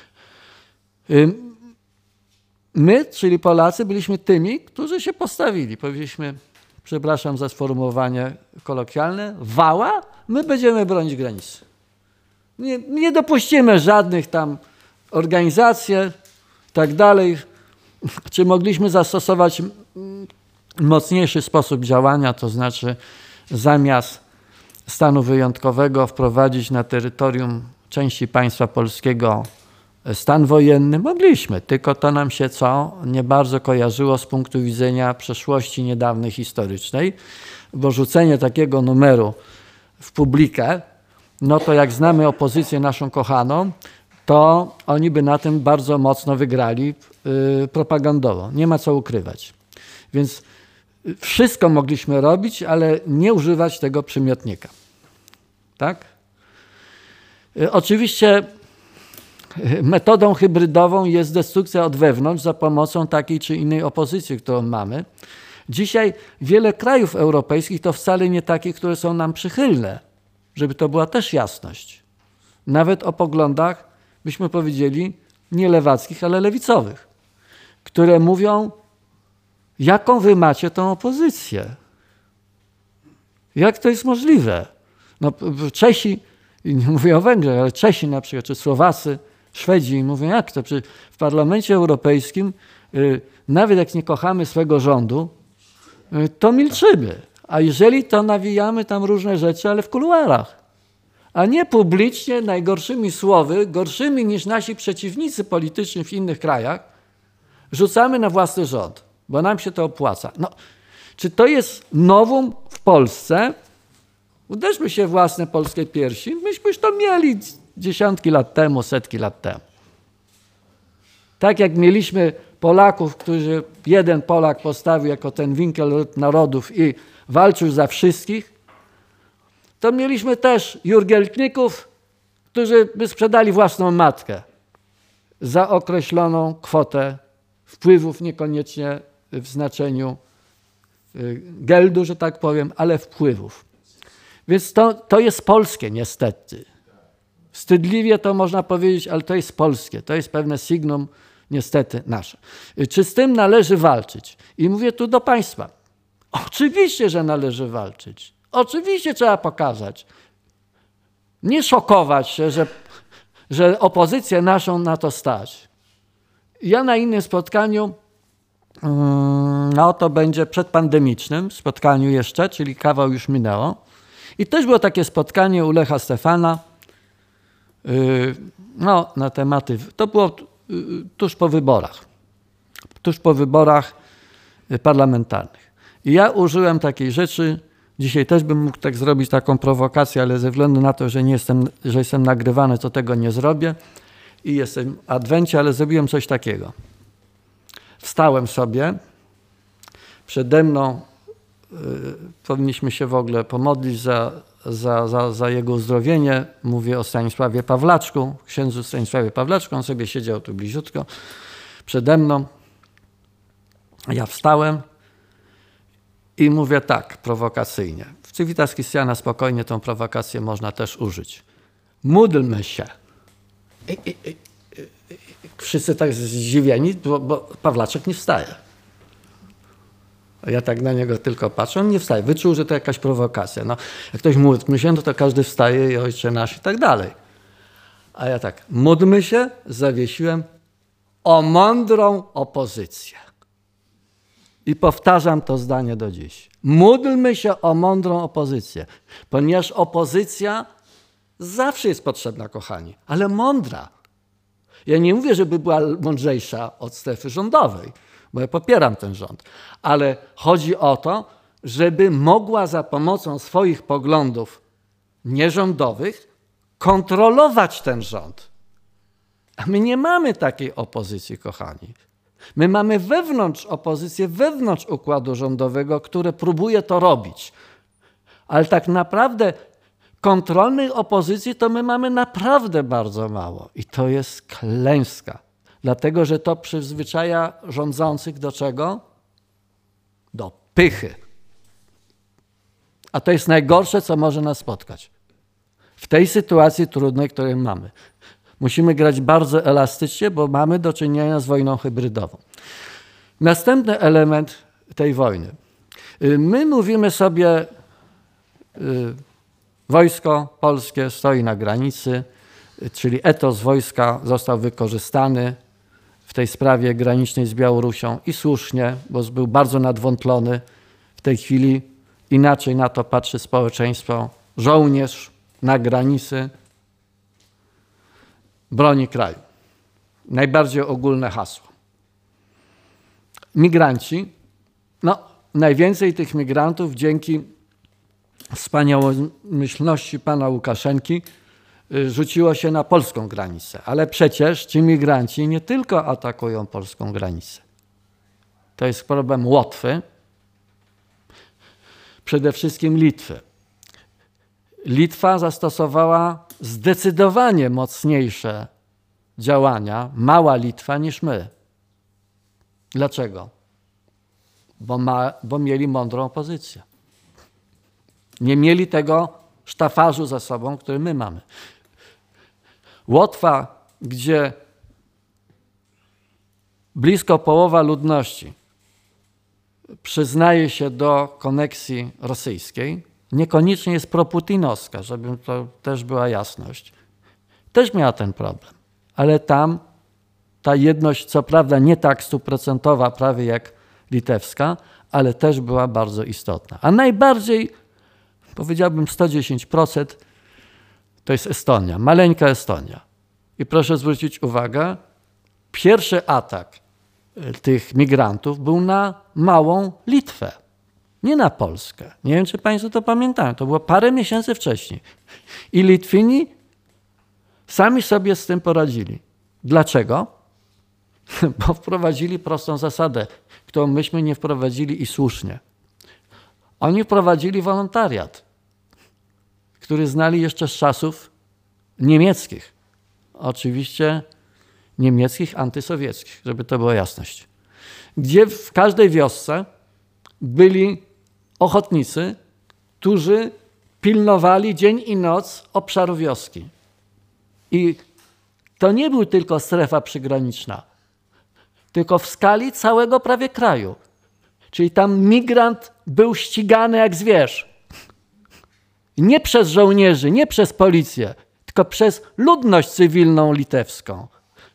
My, czyli Polacy, byliśmy tymi, którzy się postawili. Powiedzieliśmy, przepraszam za sformułowanie kolokwialne, wała, my będziemy bronić granicy. Nie dopuścimy żadnych tam organizacji i tak dalej. Czy mogliśmy zastosować mocniejszy sposób działania, to znaczy zamiast stanu wyjątkowego wprowadzić na terytorium części państwa polskiego stan wojenny? Mogliśmy, tylko to nam się nie bardzo kojarzyło z punktu widzenia przeszłości niedawnej historycznej, bo rzucenie takiego numeru w publikę, to jak znamy opozycję naszą kochaną, to oni by na tym bardzo mocno wygrali propagandowo. Nie ma co ukrywać. Więc wszystko mogliśmy robić, ale nie używać tego przymiotnika. Tak? Oczywiście metodą hybrydową jest destrukcja od wewnątrz za pomocą takiej czy innej opozycji, którą mamy. Dzisiaj wiele krajów europejskich to wcale nie takie, które są nam przychylne, żeby to była też jasność. Nawet o poglądach, byśmy powiedzieli, nie lewackich, ale lewicowych, które mówią, jaką wy macie tą opozycję. Jak to jest możliwe? Czesi, nie mówię o Węgrzech, ale Czesi na przykład, czy Słowacy, Szwedzi mówią, jak to? Przecież w Parlamencie Europejskim, nawet jak nie kochamy swego rządu, to milczymy. A jeżeli to nawijamy tam różne rzeczy, ale w kuluarach. A nie publicznie najgorszymi słowy, gorszymi niż nasi przeciwnicy polityczni w innych krajach, rzucamy na własny rząd, bo nam się to opłaca. Czy to jest nowum w Polsce? Uderzmy się w własne polskie piersi. Myśmy już to mieli dziesiątki lat temu, setki lat temu. Tak jak mieliśmy Polaków, którzy jeden Polak postawił jako ten winkel narodów i walczył za wszystkich, to mieliśmy też jurgielników, którzy by sprzedali własną matkę za określoną kwotę wpływów, niekoniecznie w znaczeniu geldu, że tak powiem, ale wpływów. Więc to jest polskie niestety. Wstydliwie to można powiedzieć, ale to jest polskie. To jest pewne signum niestety nasze. Czy z tym należy walczyć? I mówię tu do państwa. Oczywiście, że należy walczyć. Oczywiście trzeba pokazać. Nie szokować się, że opozycję naszą na to stać. Ja na innym spotkaniu, no to będzie przedpandemicznym spotkaniu jeszcze, czyli kawał już minęło. I też było takie spotkanie u Lecha Stefana, no na tematy, to było tuż po wyborach parlamentarnych. I ja użyłem takiej rzeczy, dzisiaj też bym mógł tak zrobić taką prowokację, ale ze względu na to, że jestem nagrywany, to tego nie zrobię i jestem w adwencie, ale zrobiłem coś takiego. Wstałem sobie, przede mną powinniśmy się w ogóle pomodlić za jego uzdrowienie. Mówię o Stanisławie Pawlaczku, księdzu Stanisławie Pawlaczku. On sobie siedział tu bliziutko przede mną. Ja wstałem i mówię tak prowokacyjnie. W Civitas Christiana spokojnie tą prowokację można też użyć. Módlmy się. Wszyscy tak zdziwieni, bo Pawlaczek nie wstaje. Ja tak na niego tylko patrzę, on nie wstaje. Wyczuł, że to jakaś prowokacja. No, jak ktoś módlmy się, to każdy wstaje i Ojcze nasz i tak dalej. A ja tak, módlmy się, zawiesiłem o mądrą opozycję. I powtarzam to zdanie do dziś. Módlmy się o mądrą opozycję, ponieważ opozycja zawsze jest potrzebna, kochani, ale mądra. Ja nie mówię, żeby była mądrzejsza od strefy rządowej, bo ja popieram ten rząd, ale chodzi o to, żeby mogła za pomocą swoich poglądów nierządowych kontrolować ten rząd. A my nie mamy takiej opozycji, kochani. My mamy opozycję wewnątrz układu rządowego, które próbuje to robić. Ale tak naprawdę kontrolnej opozycji to my mamy naprawdę bardzo mało. I to jest klęska. Dlatego, że to przyzwyczaja rządzących do czego? Do pychy. A to jest najgorsze, co może nas spotkać. W tej sytuacji trudnej, której mamy. Musimy grać bardzo elastycznie, bo mamy do czynienia z wojną hybrydową. Następny element tej wojny. My mówimy sobie, wojsko polskie stoi na granicy, czyli etos wojska został wykorzystany w tej sprawie granicznej z Białorusią i słusznie, bo był bardzo nadwątlony. W tej chwili inaczej na to patrzy społeczeństwo. Żołnierz na granicy broni kraju. Najbardziej ogólne hasło. Migranci, no najwięcej tych migrantów dzięki wspaniałomyślności pana Łukaszenki rzuciło się na polską granicę. Ale przecież ci migranci nie tylko atakują polską granicę. To jest problem Łotwy, przede wszystkim Litwy. Litwa zastosowała zdecydowanie mocniejsze działania, mała Litwa, niż my. Dlaczego? Bo mieli mądrą opozycję. Nie mieli tego sztafarzu za sobą, który my mamy. Łotwa, gdzie blisko połowa ludności przyznaje się do koneksji rosyjskiej, niekoniecznie jest proputinowska, żeby to też była jasność, też miała ten problem. Ale tam ta jedność, co prawda nie tak 100% prawie jak litewska, ale też była bardzo istotna. A najbardziej, powiedziałbym 110%, to jest Estonia, maleńka Estonia. I proszę zwrócić uwagę, pierwszy atak tych migrantów był na małą Litwę, nie na Polskę. Nie wiem, czy państwo to pamiętają, to było parę miesięcy wcześniej. I Litwini sami sobie z tym poradzili. Dlaczego? Bo wprowadzili prostą zasadę, którą myśmy nie wprowadzili i słusznie. Oni wprowadzili wolontariat, który znali jeszcze z czasów niemieckich. Oczywiście niemieckich, antysowieckich, żeby to była jasność. Gdzie w każdej wiosce byli ochotnicy, którzy pilnowali dzień i noc obszaru wioski. I to nie był tylko strefa przygraniczna, tylko w skali całego prawie kraju. Czyli tam migrant był ścigany jak zwierz. Nie przez żołnierzy, nie przez policję, tylko przez ludność cywilną litewską.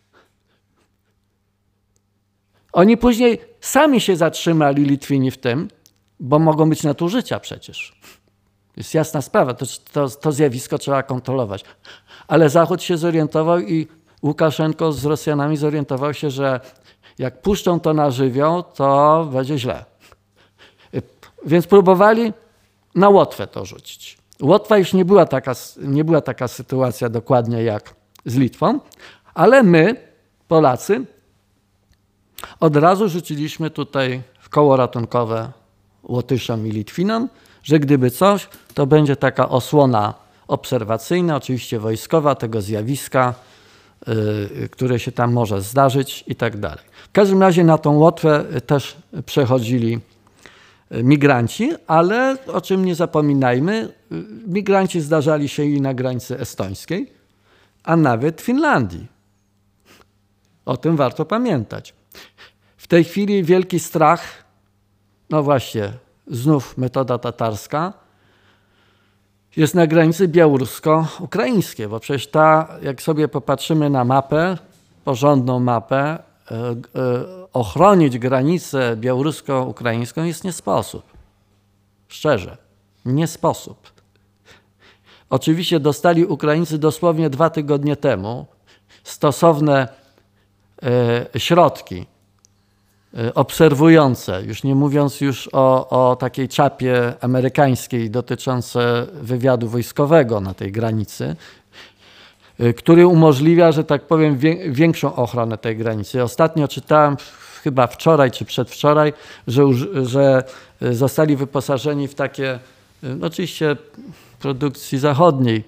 Oni później sami się zatrzymali, Litwini, w tym, bo mogą być nadużycia przecież. Jest jasna sprawa, to zjawisko trzeba kontrolować. Ale Zachód się zorientował i Łukaszenko z Rosjanami zorientował się, że jak puszczą to na żywioł, to będzie źle. Więc próbowali na Łotwę to rzucić. Łotwa już nie była taka sytuacja dokładnie jak z Litwą, ale my, Polacy, od razu rzuciliśmy tutaj w koło ratunkowe Łotyszom i Litwinom, że gdyby coś, to będzie taka osłona obserwacyjna, oczywiście wojskowa, tego zjawiska, które się tam może zdarzyć i tak dalej. W każdym razie na tą Łotwę też przechodzili migranci, ale o czym nie zapominajmy, migranci zdarzali się i na granicy estońskiej, a nawet w Finlandii. O tym warto pamiętać. W tej chwili wielki strach, no właśnie, znów metoda tatarska, jest na granicy białorusko-ukraińskiej, bo przecież jak sobie popatrzymy na mapę, porządną mapę, ochronić granicę białorusko-ukraińską jest nie sposób. Szczerze, nie sposób. Oczywiście dostali Ukraińcy dosłownie 2 tygodnie temu stosowne środki obserwujące, już nie mówiąc już o takiej czapie amerykańskiej dotyczące wywiadu wojskowego na tej granicy, który umożliwia, że tak powiem, większą ochronę tej granicy. Ostatnio czytałem, chyba wczoraj czy przedwczoraj, że zostali wyposażeni w takie, oczywiście produkcji zachodniej,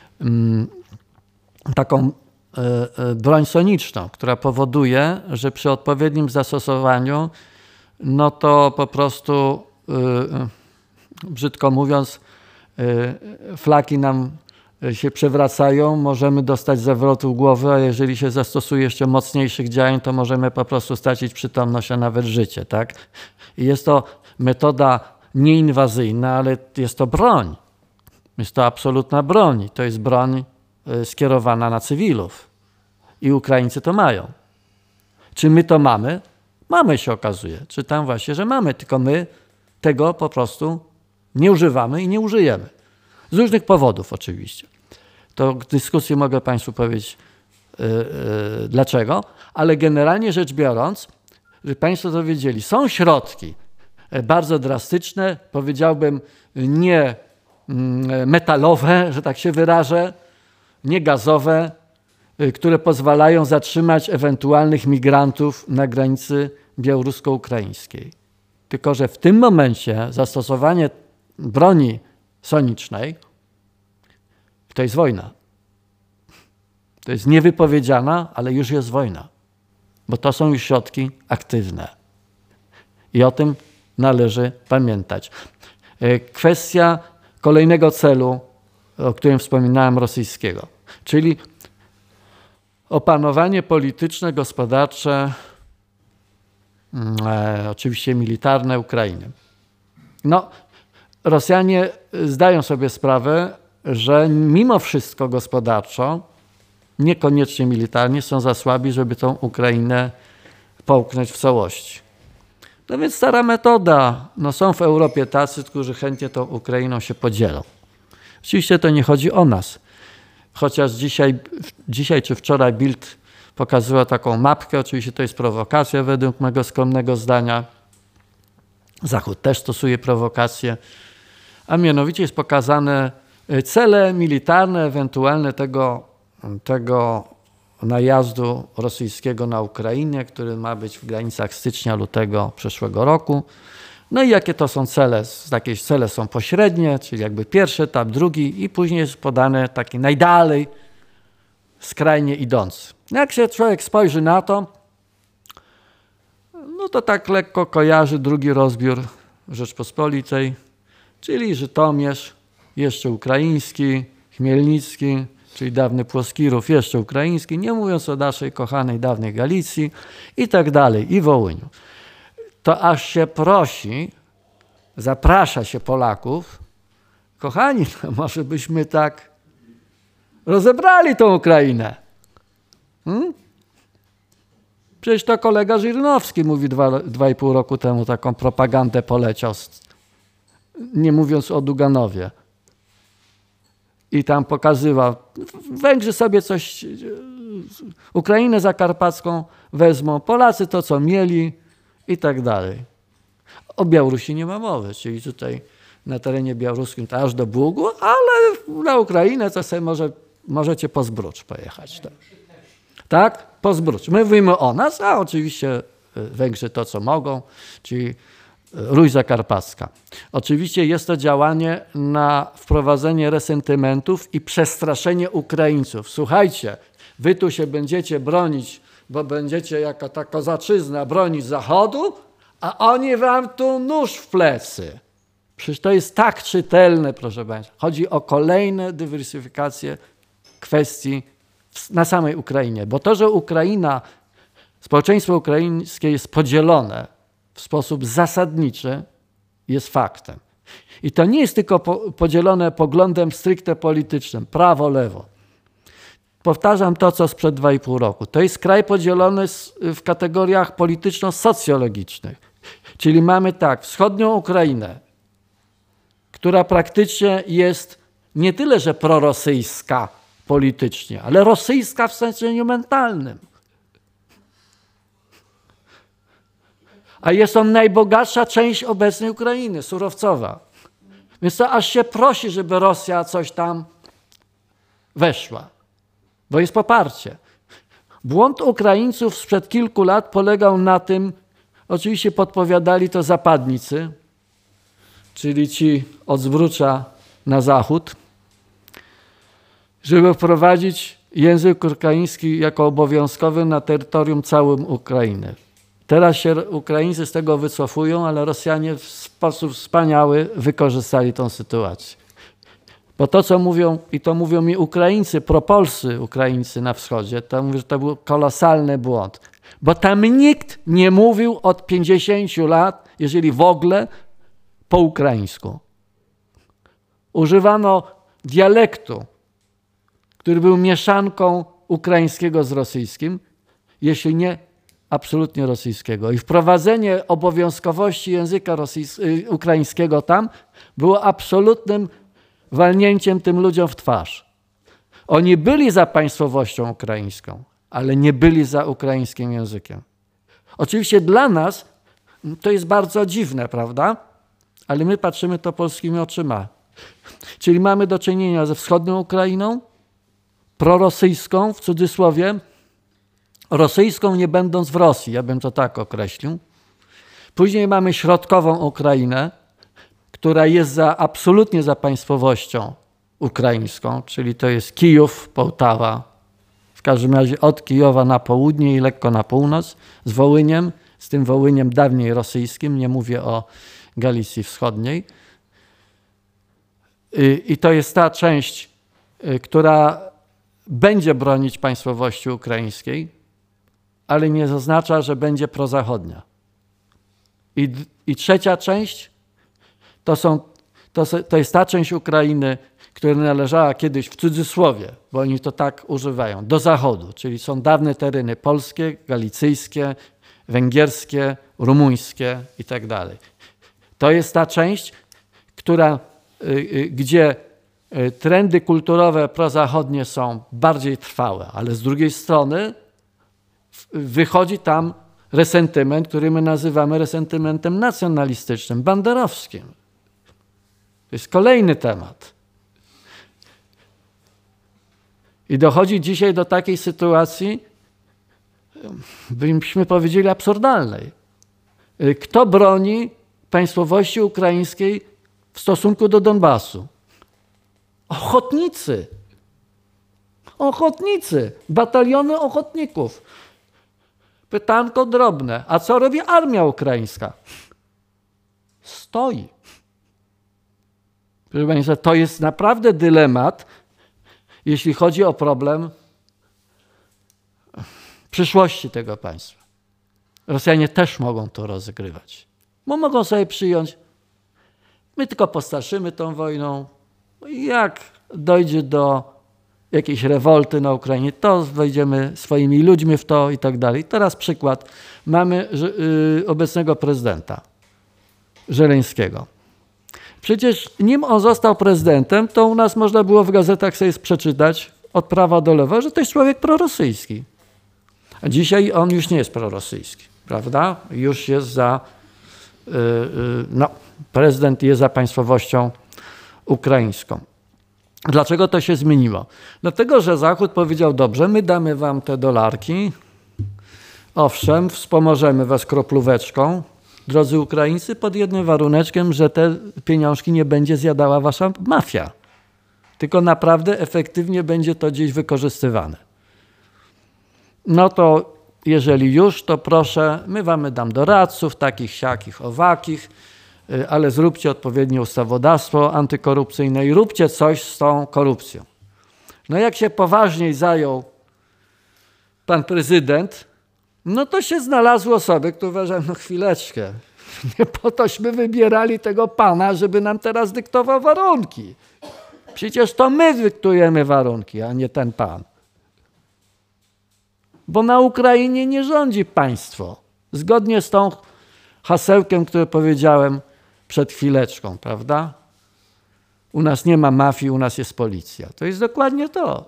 taką broń soniczną, która powoduje, że przy odpowiednim zastosowaniu, no to po prostu, brzydko mówiąc, flaki nam się przewracają, możemy dostać zawrotu głowy, a jeżeli się zastosuje jeszcze mocniejszych działań, to możemy po prostu stracić przytomność, a nawet życie. Tak? I jest to metoda nieinwazyjna, ale jest to broń. Jest to absolutna broń. To jest broń skierowana na cywilów. I Ukraińcy to mają. Czy my to mamy? Mamy, się okazuje. Czytam właśnie, że mamy, tylko my tego po prostu nie używamy i nie użyjemy. Z różnych powodów oczywiście. To w dyskusji mogę Państwu powiedzieć dlaczego, ale generalnie rzecz biorąc, żeby Państwo to wiedzieli, są środki bardzo drastyczne, powiedziałbym nie metalowe, że tak się wyrażę, nie gazowe, które pozwalają zatrzymać ewentualnych migrantów na granicy białorusko-ukraińskiej. Tylko że w tym momencie zastosowanie broni sonicznej to jest wojna. To jest niewypowiedziana, ale już jest wojna. Bo to są już środki aktywne. I o tym należy pamiętać. Kwestia kolejnego celu, o którym wspominałem, rosyjskiego, czyli opanowanie polityczne, gospodarcze, oczywiście militarne Ukrainy. No, Rosjanie zdają sobie sprawę, że mimo wszystko gospodarczo, niekoniecznie militarnie, są za słabi, żeby tą Ukrainę połknąć w całości. No więc stara metoda. No są w Europie tacy, którzy chętnie tą Ukrainą się podzielą. Oczywiście to nie chodzi o nas. Chociaż dzisiaj czy wczoraj Bild pokazała taką mapkę, oczywiście to jest prowokacja według mego skromnego zdania. Zachód też stosuje prowokacje, a mianowicie jest pokazane cele militarne ewentualne tego najazdu rosyjskiego na Ukrainę, który ma być w granicach stycznia-lutego przyszłego roku. No i jakie to są cele? Takie cele są pośrednie, czyli jakby pierwszy etap, drugi i później jest podane taki najdalej skrajnie idący. Jak się człowiek spojrzy na to, no to tak lekko kojarzy drugi rozbiór Rzeczpospolitej, czyli Żytomierz, jeszcze ukraiński, Chmielnicki, czyli dawny Płoskirów, jeszcze ukraiński, nie mówiąc o naszej kochanej dawnej Galicji i tak dalej, i Wołyniu. To aż się prosi, zaprasza się Polaków, kochani, no może byśmy tak rozebrali tą Ukrainę. Przecież to kolega Żirnowski mówi 2,5 roku temu taką propagandę poleciał, nie mówiąc o Duganowie. I tam pokazywał, Węgrzy sobie coś, Ukrainę zakarpacką wezmą, Polacy to co mieli i tak dalej. O Białorusi nie ma mowy, czyli tutaj na terenie białoruskim to aż do Bugu, ale na Ukrainę to sobie możecie po Zbrucz pojechać. Tak? Po Zbrucz. My mówimy o nas, a oczywiście Węgrzy to co mogą, czyli Ruś Zakarpacka. Oczywiście jest to działanie na wprowadzenie resentymentów i przestraszenie Ukraińców. Słuchajcie, wy tu się będziecie bronić, bo będziecie jako ta kozaczyzna bronić Zachodu, a oni wam tu nóż w plecy. Przecież to jest tak czytelne, proszę Państwa. Chodzi o kolejne dywersyfikacje kwestii na samej Ukrainie. Bo to, że społeczeństwo ukraińskie jest podzielone w sposób zasadniczy, jest faktem. I to nie jest tylko podzielone poglądem stricte politycznym, prawo, lewo. Powtarzam to, co sprzed 2,5 roku. To jest kraj podzielony w kategoriach polityczno-socjologicznych. Czyli mamy tak, wschodnią Ukrainę, która praktycznie jest nie tyle, że prorosyjska politycznie, ale rosyjska w sensie mentalnym. A jest on najbogatsza część obecnej Ukrainy, surowcowa. Więc to aż się prosi, żeby Rosja coś tam weszła, bo jest poparcie. Błąd Ukraińców sprzed kilku lat polegał na tym, oczywiście podpowiadali to zapadnicy, czyli ci od Zbrucza na zachód, żeby wprowadzić język ukraiński jako obowiązkowy na terytorium całym Ukrainy. Teraz się Ukraińcy z tego wycofują, ale Rosjanie w sposób wspaniały wykorzystali tę sytuację. Bo to, co mówią, i to mówią mi Ukraińcy, propolscy Ukraińcy na wschodzie, to mówią, że to był kolosalny błąd. Bo tam nikt nie mówił od 50 lat, jeżeli w ogóle, po ukraińsku. Używano dialektu, który był mieszanką ukraińskiego z rosyjskim, jeśli nie absolutnie rosyjskiego. I wprowadzenie obowiązkowości języka ukraińskiego tam było absolutnym walnięciem tym ludziom w twarz. Oni byli za państwowością ukraińską, ale nie byli za ukraińskim językiem. Oczywiście dla nas to jest bardzo dziwne, prawda? Ale my patrzymy to polskimi oczyma. Czyli mamy do czynienia ze wschodnią Ukrainą, prorosyjską w cudzysłowie, rosyjską nie będąc w Rosji, ja bym to tak określił. Później mamy środkową Ukrainę, która jest absolutnie za państwowością ukraińską, czyli to jest Kijów, Połtawa, w każdym razie od Kijowa na południe i lekko na północ, z Wołyniem, z tym Wołyniem dawniej rosyjskim, nie mówię o Galicji Wschodniej. I to jest ta część, która będzie bronić państwowości ukraińskiej, ale nie oznacza, że będzie prozachodnia. I trzecia część to jest ta część Ukrainy, która należała kiedyś w cudzysłowie, bo oni to tak używają, do Zachodu, czyli są dawne tereny polskie, galicyjskie, węgierskie, rumuńskie i tak dalej. To jest ta część, gdzie trendy kulturowe prozachodnie są bardziej trwałe, ale z drugiej strony wychodzi tam resentyment, który my nazywamy resentymentem nacjonalistycznym, banderowskim. To jest kolejny temat. I dochodzi dzisiaj do takiej sytuacji, byśmy powiedzieli absurdalnej. Kto broni państwowości ukraińskiej w stosunku do Donbasu? Ochotnicy. Ochotnicy, bataliony ochotników. Pytanko drobne. A co robi armia ukraińska? Stoi. Proszę Państwa, to jest naprawdę dylemat, jeśli chodzi o problem przyszłości tego państwa. Rosjanie też mogą to rozgrywać. Bo mogą sobie przyjąć, my tylko postarszymy tą wojną, jak dojdzie do jakiejś rewolty na Ukrainie, to wejdziemy swoimi ludźmi w to i tak dalej. Teraz przykład. Mamy obecnego prezydenta Żeleńskiego. Przecież nim on został prezydentem, to u nas można było w gazetach sobie przeczytać od prawa do lewa, że to jest człowiek prorosyjski. A dzisiaj on już nie jest prorosyjski, prawda? Już jest za, no, prezydent jest za państwowością ukraińską. Dlaczego to się zmieniło? Dlatego, że Zachód powiedział, dobrze, my damy wam te dolarki, owszem, wspomożemy was kroplóweczką, drodzy Ukraińcy, pod jednym waruneczkiem, że te pieniążki nie będzie zjadała wasza mafia, tylko naprawdę efektywnie będzie to gdzieś wykorzystywane. No to jeżeli już, to proszę, my wam dam doradców, takich, siakich, owakich, ale zróbcie odpowiednie ustawodawstwo antykorupcyjne i róbcie coś z tą korupcją. No jak się poważniej zajął pan prezydent, no to się znalazły osoby, które uważają, no chwileczkę, nie po tośmy wybierali tego pana, żeby nam teraz dyktował warunki. Przecież to my dyktujemy warunki, a nie ten pan. Bo na Ukrainie nie rządzi państwo. Zgodnie z tą hasełkiem, które powiedziałem przed chwileczką, prawda? U nas nie ma mafii, u nas jest policja. To jest dokładnie to.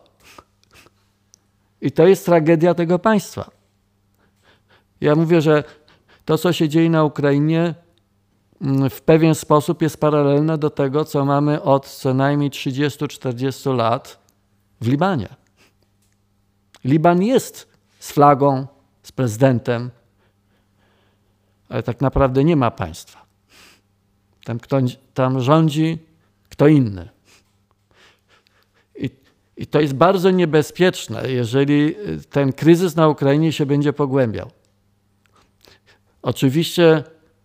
I to jest tragedia tego państwa. Ja mówię, że to, co się dzieje na Ukrainie, w pewien sposób jest paralelne do tego, co mamy od co najmniej 30-40 lat w Libanie. Liban jest z flagą, z prezydentem, ale tak naprawdę nie ma państwa. Tam rządzi kto inny. I to jest bardzo niebezpieczne, jeżeli ten kryzys na Ukrainie się będzie pogłębiał. Oczywiście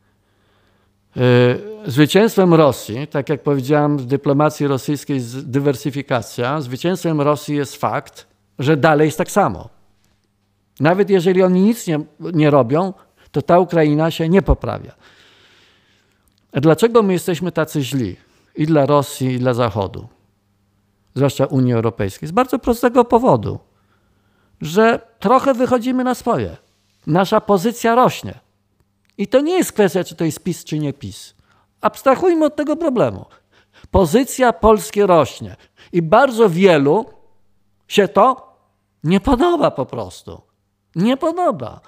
zwycięstwem Rosji, tak jak powiedziałem, w dyplomacji rosyjskiej jest dywersyfikacja, zwycięstwem Rosji jest fakt, że dalej jest tak samo. Nawet jeżeli oni nic nie robią, to ta Ukraina się nie poprawia. A dlaczego my jesteśmy tacy źli? I dla Rosji, i dla Zachodu, zwłaszcza Unii Europejskiej? Z bardzo prostego powodu, że trochę wychodzimy na swoje. Nasza pozycja rośnie. I to nie jest kwestia, czy to jest PiS, czy nie PiS. Abstrahujmy od tego problemu. Pozycja Polski rośnie. I bardzo wielu się to nie podoba po prostu. Nie podoba.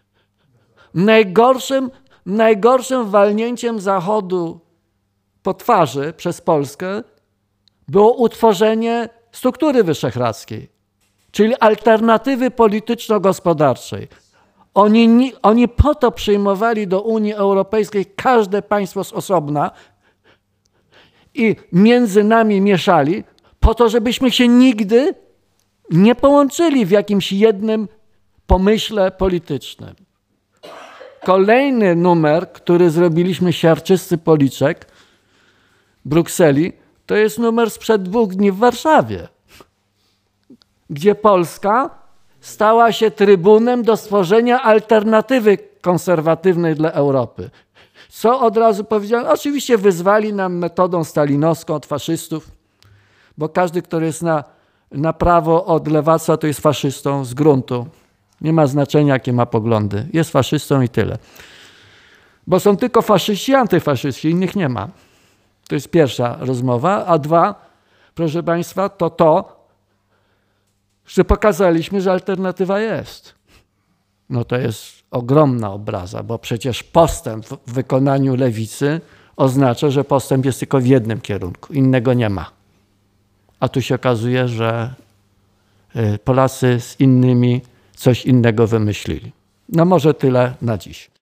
Najgorszym walnięciem Zachodu po twarzy przez Polskę było utworzenie struktury wyszehradzkiej, czyli alternatywy polityczno-gospodarczej. Oni po to przyjmowali do Unii Europejskiej każde państwo z osobna i między nami mieszali, po to, żebyśmy się nigdy nie połączyli w jakimś jednym pomyśle politycznym. Kolejny numer, który zrobiliśmy, siarczysty policzek Brukseli, to jest numer sprzed 2 dni w Warszawie, gdzie Polska stała się trybunem do stworzenia alternatywy konserwatywnej dla Europy. Co od razu powiedziałem? Oczywiście wyzwali nam metodą stalinowską od faszystów, bo każdy, kto jest na prawo od lewactwa, to jest faszystą z gruntu. Nie ma znaczenia, jakie ma poglądy. Jest faszystą i tyle. Bo są tylko faszyści i antyfaszyści, innych nie ma. To jest pierwsza rozmowa. A 2, proszę Państwa, to, że pokazaliśmy, że alternatywa jest. No to jest ogromna obraza, bo przecież postęp w wykonaniu lewicy oznacza, że postęp jest tylko w jednym kierunku, innego nie ma. A tu się okazuje, że Polacy z innymi coś innego wymyślili. No może tyle na dziś.